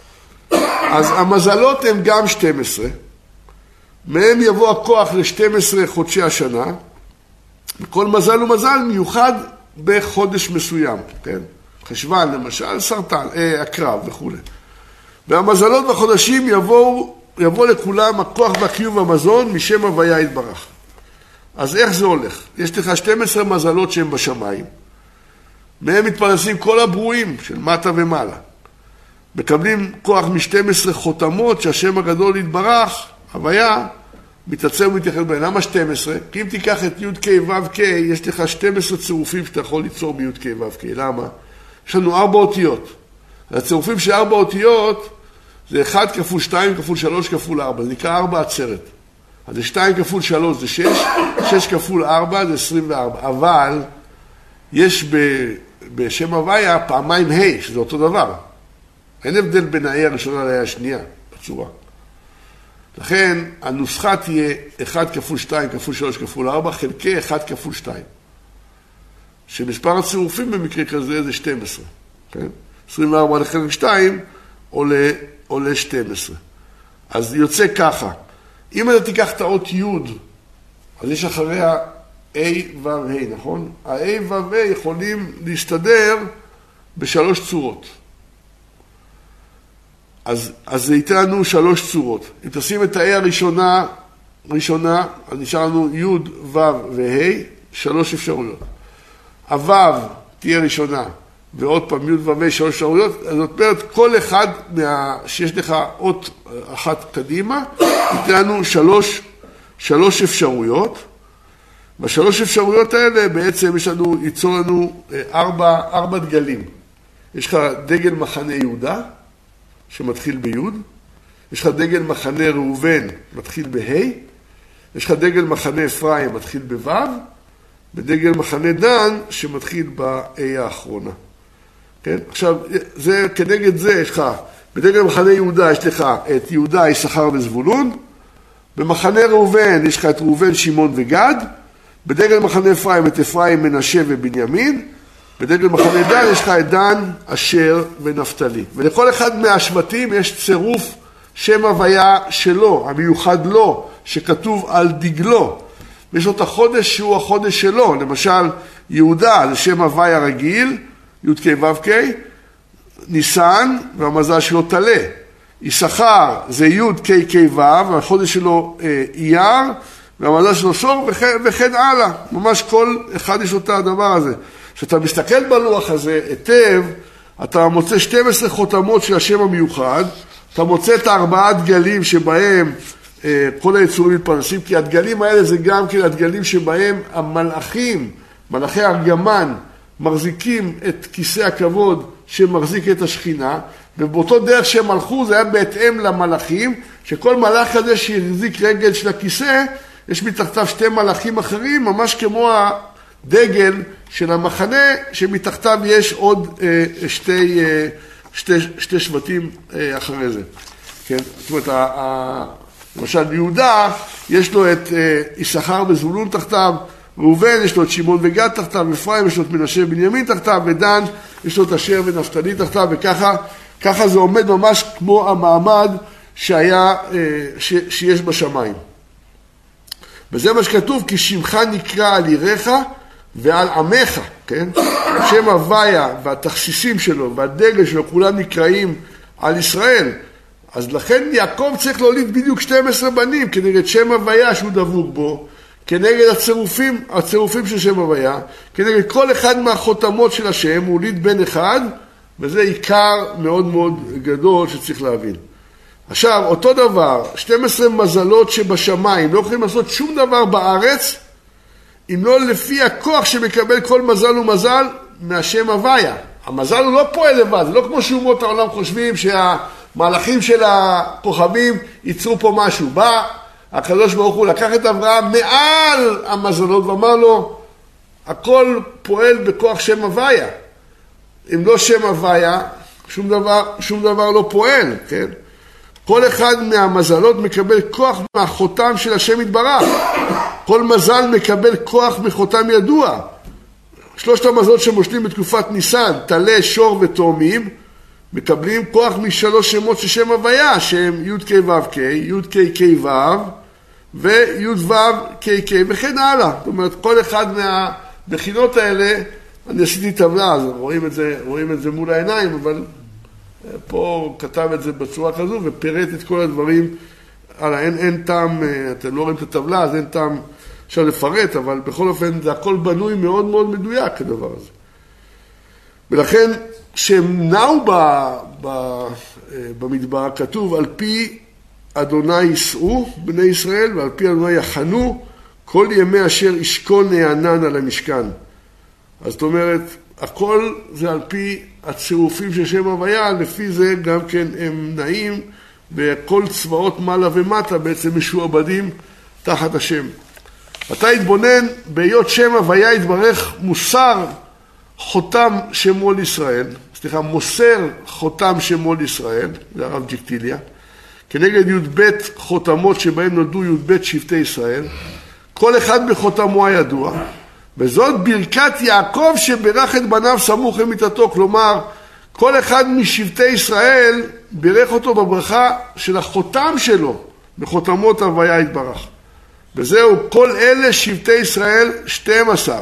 אז המזלות הן גם שתים עשרה, מהם יבוא הכוח ל-שתים עשרה חודשי השנה, וכל מזל ומזל מיוחד בחודש מסוים, כן? חשבן למשל, סרטן, אה, הקרב וכו'. והמזלות בחודשים יבואו, יבוא לכולם הכוח והקיום והמזון משם הוויה יתברך. אז איך זה הולך? יש לך שתים עשרה מזלות שהן בשמיים, מהם מתפרנסים כל הברואים של מטה ומעלה. מקבלים כוח מ-שתים עשרה חותמות שהשם הגדול יתברך, הוויה, מתעצם ומתייחד בהן. למה שתים עשרה? כי אם תיקח את י' ק' ו' ק', יש לך שתים עשרה צירופים שאתה יכול ליצור בי' ק' ו' ק'. למה? יש לנו ארבע אותיות. הצירופים של ארבע אותיות זה אחד כפול שתיים כפול שלוש כפול ארבע. זה נקרא ארבע עצרת. אז זה שתיים כפול שלוש זה שש, שש כפול ארבע זה עשרים וארבע. אבל יש ב, בשם הוויה פעמיים ה' שזה אותו דבר. אין הבדל בין ה-A הראשונה ל-A השנייה בצורה. לכן הנוסחה תהיה אחד כפול שתיים כפול שלוש כפול ארבע חלקי אחד כפול שתיים. שמספר הצירופים במקרה כזה זה שתים עשרה. כן? עשרים וארבע לחלק שתיים עולה, עולה שתים עשרה. אז יוצא ככה. אם אתה תיקח את האות י', אז יש אחריה A ו' ה', נכון? ה-A ו' ה' יכולים להסתדר בשלוש צורות. אז, אז זה ייתן לנו שלוש צורות. אם תשים את ה-A הראשונה, ראשונה, אז נשאר לנו י' ו' וה', שלוש אפשרויות. הו' תהיה ראשונה, ועוד פעם י' ו' ה', שלוש אפשרויות. זאת אומרת, כל אחד מה, שיש לך אות אחת קדימה, ייתן לנו שלוש, שלוש אפשרויות. בשלוש אפשרויות האלה בעצם יש לנו, ייצור לנו ארבע, ארבע דגלים. יש לך דגל מחנה יהודה, שמתחיל בי', יש לך דגל מחנה ראובן, מתחיל בה', יש לך דגל מחנה אפרים, מתחיל בו', ודגל מחנה דן, שמתחיל ב-A האחרונה. כן? עכשיו, זה, כנגד זה יש לך, בדגל מחנה יהודה יש לך את יהודה, יששכר וזבולון, במחנה ראובן יש לך את ראובן, שמעון וגד, בדגל מחנה אפרים את אפרים, מנשה ובנימין, בדגל מחנה דן יש לך את דן, אשר ונפתלי. ולכל אחד מהשבטים יש צירוף שם הוויה שלו, המיוחד לו, שכתוב על דגלו. יש לו את החודש שהוא החודש שלו. למשל, יהודה זה שם הוויה רגיל, י' ק' ו' ק', ניסן, והמזל שלו תלה. יששכר זה י' ק' ק' ו', והחודש שלו אייר, והמזל שלו שור, וכן, וכן הלאה. ממש כל אחד יש לו את הדבר הזה. כשאתה מסתכל בלוח הזה היטב, אתה מוצא שתים עשרה חותמות של השם המיוחד, אתה מוצא את הארבעה דגלים שבהם אה, כל היצורים מתפרנסים, כי הדגלים האלה זה גם כן הדגלים שבהם המלאכים, מלאכי ארגמן, מחזיקים את כיסא הכבוד שמחזיק את השכינה, ובאותו דרך שהם הלכו זה היה בהתאם למלאכים, שכל מלאך כזה שהחזיק רגל של הכיסא, יש מתחתיו שתי מלאכים אחרים, ממש כמו ה... דגל של המחנה שמתחתיו יש עוד אה, שתי, אה, שתי, שתי שבטים אה, אחרי זה. כן? זאת אומרת, ה, ה, למשל יהודה יש לו את אה, יששכר וזבולון תחתיו, ראובן יש לו את שמעון וגד תחתיו, אפרים יש לו את מנשה ובנימין תחתיו, ודן יש לו את אשר ונפתלי תחתיו, וככה ככה זה עומד ממש כמו המעמד שהיה, אה, ש, שיש בשמיים. וזה מה שכתוב, כי שמך נקרא על עירך, ועל עמך, כן? שם הוויה והתכסיסים שלו והדגל שלו, כולם נקראים על ישראל. אז לכן יעקב צריך להוליד בדיוק שנים עשר בנים, כנגד שם הוויה שהוא דבוק בו, כנגד הצירופים, הצירופים של שם הוויה, כנגד כל אחד מהחותמות של השם, הוא הוליד בן אחד, וזה עיקר מאוד מאוד גדול שצריך להבין. עכשיו, אותו דבר, שנים עשר מזלות שבשמיים, לא יכולים לעשות שום דבר בארץ, אם לא לפי הכוח שמקבל כל מזל ומזל מהשם הוויה. המזל הוא לא פועל לבד, זה לא כמו שאומות העולם חושבים שהמהלכים של הכוכבים ייצרו פה משהו. בא הקדוש ברוך הוא לקח את אברהם מעל המזלות ואמר לו, הכל פועל בכוח שם הוויה. אם לא שם הוויה, שום דבר, שום דבר לא פועל, כן? כל אחד מהמזלות מקבל כוח מהחותם של השם יתברך. כל מזל מקבל כוח מחותם ידוע. שלושת המזלות שמושלים בתקופת ניסן, תלה, שור ותאומים, מקבלים כוח משלוש שמות של שם הוויה, שהם י' כ' ו' כ', י' כ' כ' ו' וי' ו' כ' כ' וכן הלאה. זאת אומרת, כל אחד מהבחינות האלה, אני עשיתי טבלה, אז רואים את זה, רואים את זה מול העיניים, אבל פה כתב את זה בצורה כזו ופירט את כל הדברים. הלאה, אין, אין טעם, אתם לא רואים את הטבלה, אז אין טעם אפשר לפרט, אבל בכל אופן זה הכל בנוי מאוד מאוד מדויק הדבר הזה. ולכן שהם נעו ב, ב, במדבר, כתוב על פי אדוני ייסעו בני ישראל ועל פי אדוני יחנו כל ימי אשר ישכון הענן על המשכן. אז זאת אומרת, הכל זה על פי הצירופים של שם הוויה, לפי זה גם כן הם נעים, וכל צבאות מעלה ומטה בעצם משועבדים תחת השם. אתה התבונן בהיות שם הוויה יתברך מוסר חותם שמו לישראל, סליחה, מוסר חותם שמו לישראל, זה הרב ג'קטיליה, כנגד י"ב חותמות שבהם נולדו י"ב שבטי ישראל, כל אחד בחותמו הידוע, וזאת ברכת יעקב שברך את בניו סמוך למיתתו, כלומר, כל אחד משבטי ישראל בירך אותו בברכה של החותם שלו, בחותמות הוויה יתברך. וזהו, כל אלה שבטי ישראל שתים עשר.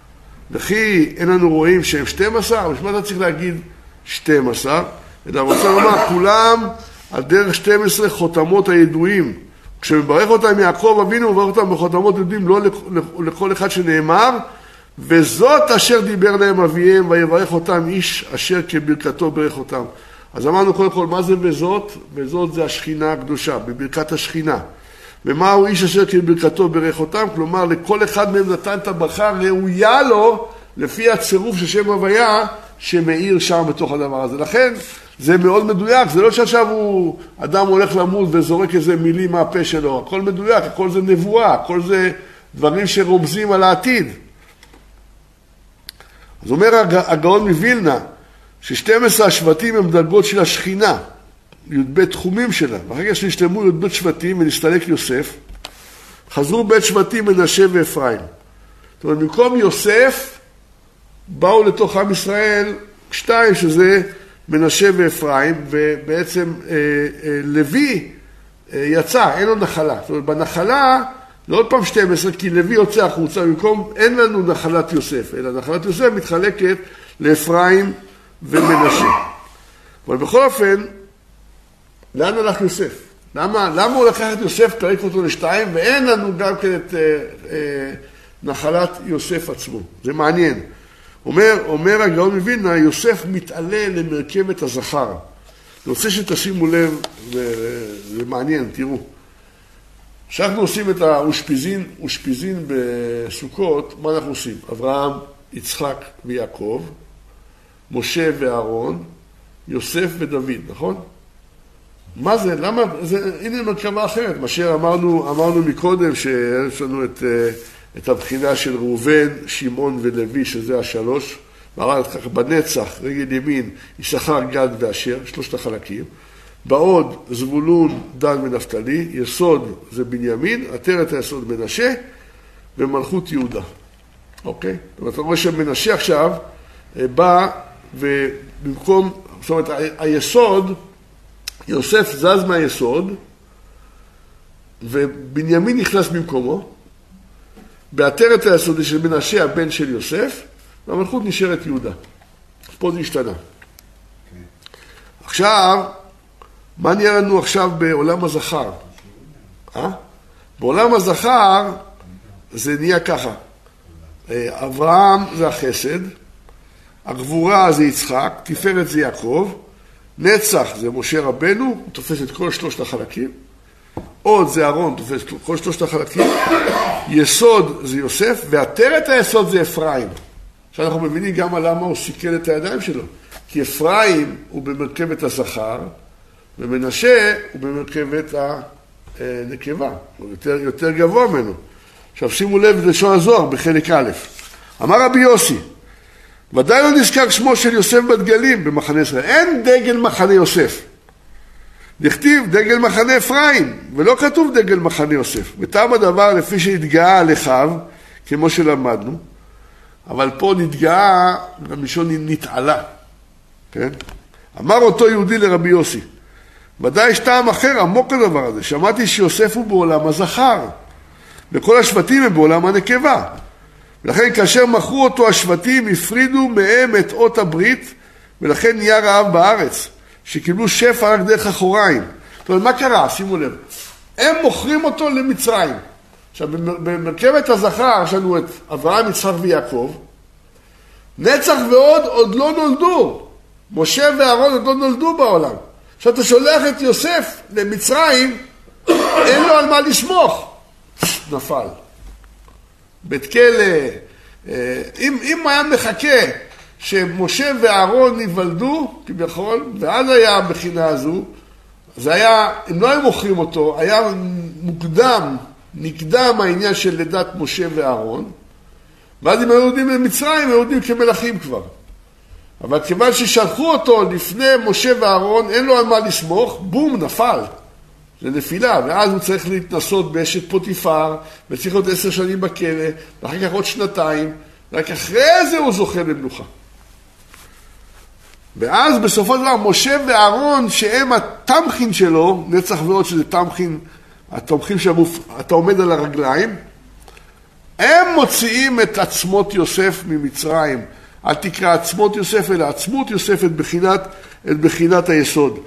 וכי אין לנו רואים שהם שתים עשר, בשביל מה אתה צריך להגיד שתים עשר? אתה רוצה לומר, כולם על דרך שתים עשרה חותמות הידועים. כשמברך אותם יעקב אבינו, הוא מברך אותם בחותמות ידועים, לא לכל אחד שנאמר, וזאת אשר דיבר להם אביהם, ויברך אותם איש אשר כברכתו ברך אותם. אז אמרנו קודם כל, מה זה וזאת? וזאת זה השכינה הקדושה, בברכת השכינה. ומהו איש אשר כברכתו ברך אותם? כלומר, לכל אחד מהם נתן את הברכה ראויה לו, לפי הצירוף של שם הוויה, שמאיר שם בתוך הדבר הזה. לכן, זה מאוד מדויק, זה לא שעכשיו הוא, אדם הולך למות וזורק איזה מילים מהפה שלו, הכל מדויק, הכל זה נבואה, הכל זה דברים שרומזים על העתיד. אז אומר הגאון מווילנה, ש-שנים עשר השבטים הם דרגות של השכינה, י"ב תחומים שלה, ואחר כך שנשתלמו י"ב שבטים ונסתלק יוסף, חזרו בית שבטים מנשה ואפרים. זאת אומרת, במקום יוסף, באו לתוך עם ישראל שתיים, שזה מנשה ואפרים, ובעצם אה, אה, לוי אה, יצא, אין לו נחלה. זאת אומרת, בנחלה, לא עוד פעם שתים עשרה, כי לוי יוצא החוצה, במקום אין לנו נחלת יוסף, אלא נחלת יוסף מתחלקת לאפרים ומנשה. אבל בכל אופן, לאן הלך יוסף? למה, למה הוא לקח את יוסף, פרק אותו לשתיים, ואין לנו גם כן את אה, אה, נחלת יוסף עצמו? זה מעניין. אומר, אומר הגאון מווילנה, יוסף מתעלה למרכבת הזכר. אני רוצה שתשימו לב, זה מעניין, תראו. כשאנחנו עושים את האושפיזין, אושפיזין בסוכות, מה אנחנו עושים? אברהם, יצחק ויעקב, משה ואהרון, יוסף ודוד, נכון? מה זה? למה? זה, הנה מרכבה אחרת. מה שאמרנו, אמרנו מקודם שיש לנו את... את הבחינה של ראובן, שמעון ולוי, שזה השלוש, והראה ככה בנצח, רגל ימין, יששכר, גד ואשר, שלושת החלקים. בעוד זבולון, דן ונפתלי, יסוד זה בנימין, עטרת היסוד מנשה, ומלכות יהודה. אוקיי? זאת אומרת, אתה רואה שמנשה עכשיו בא, ובמקום, זאת אומרת, היסוד, יוסף זז מהיסוד, ובנימין נכנס במקומו, בעטרת היסוד של מנשה הבן של יוסף, והמלכות נשארת יהודה. פה זה השתנה. Okay. עכשיו, מה נהיה לנו עכשיו בעולם הזכר? אה? בעולם הזכר זה נהיה ככה. אברהם זה החסד, הגבורה זה יצחק, תפארת זה יעקב, נצח זה משה רבנו, הוא תופס את כל שלושת החלקים, עוד זה אהרון, תופס את כל שלושת החלקים, יסוד זה יוסף, ועטרת היסוד זה אפרים. עכשיו אנחנו מבינים גם על למה הוא סיכל את הידיים שלו, כי אפרים הוא במרכבת הזכר, ומנשה הוא במרכבת הנקבה, הוא יותר, יותר גבוה ממנו. עכשיו שימו לב לשון הזוהר בחלק א', אמר רבי יוסי, ודאי לא נזכר שמו של יוסף בדגלים במחנה ישראל, אין דגל מחנה יוסף, נכתיב דגל מחנה אפרים, ולא כתוב דגל מחנה יוסף, וטעם הדבר לפי שהתגאה על אחיו, כמו שלמדנו, אבל פה נתגאה, במשון נתעלה, כן? אמר אותו יהודי לרבי יוסי, ודאי יש טעם אחר עמוק לדבר הזה, שמעתי שיוסף הוא בעולם הזכר, וכל השבטים הם בעולם הנקבה. ולכן כאשר מכרו אותו השבטים, הפרידו מהם את אות הברית, ולכן נהיה רעב בארץ, שקיבלו שפע רק דרך אחוריים. זאת אומרת, מה קרה? שימו לב. הם מוכרים אותו למצרים. עכשיו, במרכבת הזכר, יש לנו את אברהם, יצחק ויעקב. נצח ועוד עוד לא נולדו. משה ואהרון עוד לא נולדו בעולם. עכשיו, אתה שולח את יוסף למצרים, אין לו על מה לסמוך. נפל. בית כלא, אם, אם היה מחכה שמשה ואהרון ייוולדו, כביכול, ואז היה הבחינה הזו, זה היה, אם לא היו מוכרים אותו, היה מוקדם, נקדם העניין של לידת משה ואהרון, ואז אם היו יהודים למצרים, היו יהודים כמלכים כבר. אבל כיוון ששלחו אותו לפני משה ואהרון, אין לו על מה לסמוך, בום, נפל. זה נפילה, ואז הוא צריך להתנסות באשת פוטיפר, וצריך להיות עשר שנים בכלא, ואחר כך עוד שנתיים, רק אחרי זה הוא זוכה למלוכה. ואז בסופו של דבר, משה ואהרון, שהם התמכין שלו, נצח ועוד שזה תמכין, התמכין שאתה עומד על הרגליים, הם מוציאים את עצמות יוסף ממצרים. אל תקרא עצמות יוסף, אלא עצמות יוסף את בחינת, את בחינת היסוד.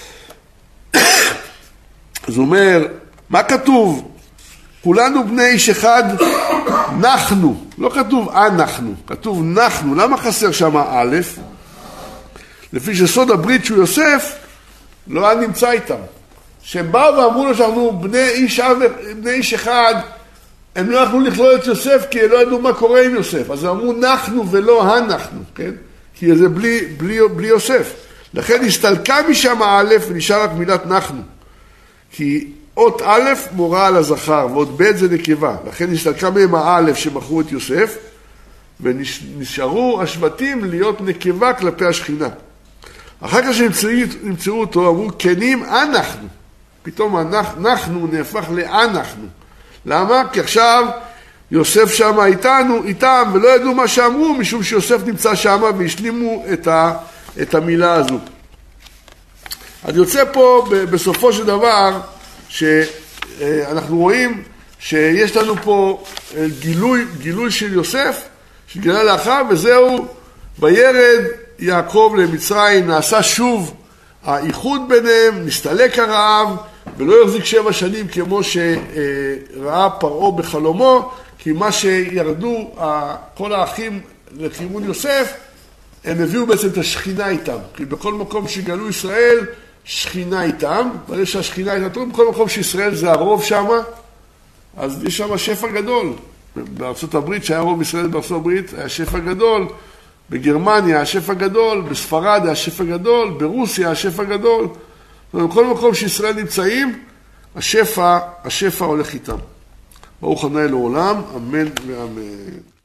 אז הוא אומר, מה כתוב? כולנו בני איש אחד, נחנו. לא כתוב אנחנו, כתוב נחנו. למה חסר שם א'? לפי שסוד הברית שהוא יוסף, לא היה נמצא איתם. שהם באו ואמרו לו שאנחנו בני איש, בני איש אחד, הם לא יכלו לכלול את יוסף, כי לא ידעו מה קורה עם יוסף. אז הם אמרו נחנו ולא אנחנו, כן? כי זה בלי, בלי, בלי יוסף. לכן הסתלקה משם א' ונשאר רק מילת נחנו. כי אות א' מורה על הזכר, ואות ב' זה נקבה. לכן הסתלקה מהם האלף שמכרו את יוסף, ונשארו השבטים להיות נקבה כלפי השכינה. אחר כך שנמצאו אותו, אמרו, כנים אנחנו. פתאום אנחנו נהפך לאנחנו. למה? כי עכשיו יוסף שם איתנו, איתם, ולא ידעו מה שאמרו, משום שיוסף נמצא שם, והשלימו את, ה, את המילה הזו. אז יוצא פה בסופו של דבר, שאנחנו רואים שיש לנו פה גילוי, גילוי של יוסף, שגלה לאחר, וזהו, וירד יעקב למצרים, נעשה שוב האיחוד ביניהם, נסתלק הרעב, ולא יחזיק שבע שנים כמו שראה פרעה בחלומו, כי מה שירדו כל האחים לכיוון יוסף, הם הביאו בעצם את השכינה איתם. כי בכל מקום שגלו ישראל, שכינה איתם, אבל יש השכינה איתם, בכל מקום שישראל זה הרוב שם, אז יש שם שפע גדול. בארצות הברית, שהיה רוב ישראל בארצות הברית, היה שפע גדול. בגרמניה היה שפע גדול, בספרד היה שפע גדול, ברוסיה היה שפע גדול. בכל מקום שישראל נמצאים, השפע, השפע הולך איתם. ברוך ה' לעולם, אמן ואמן.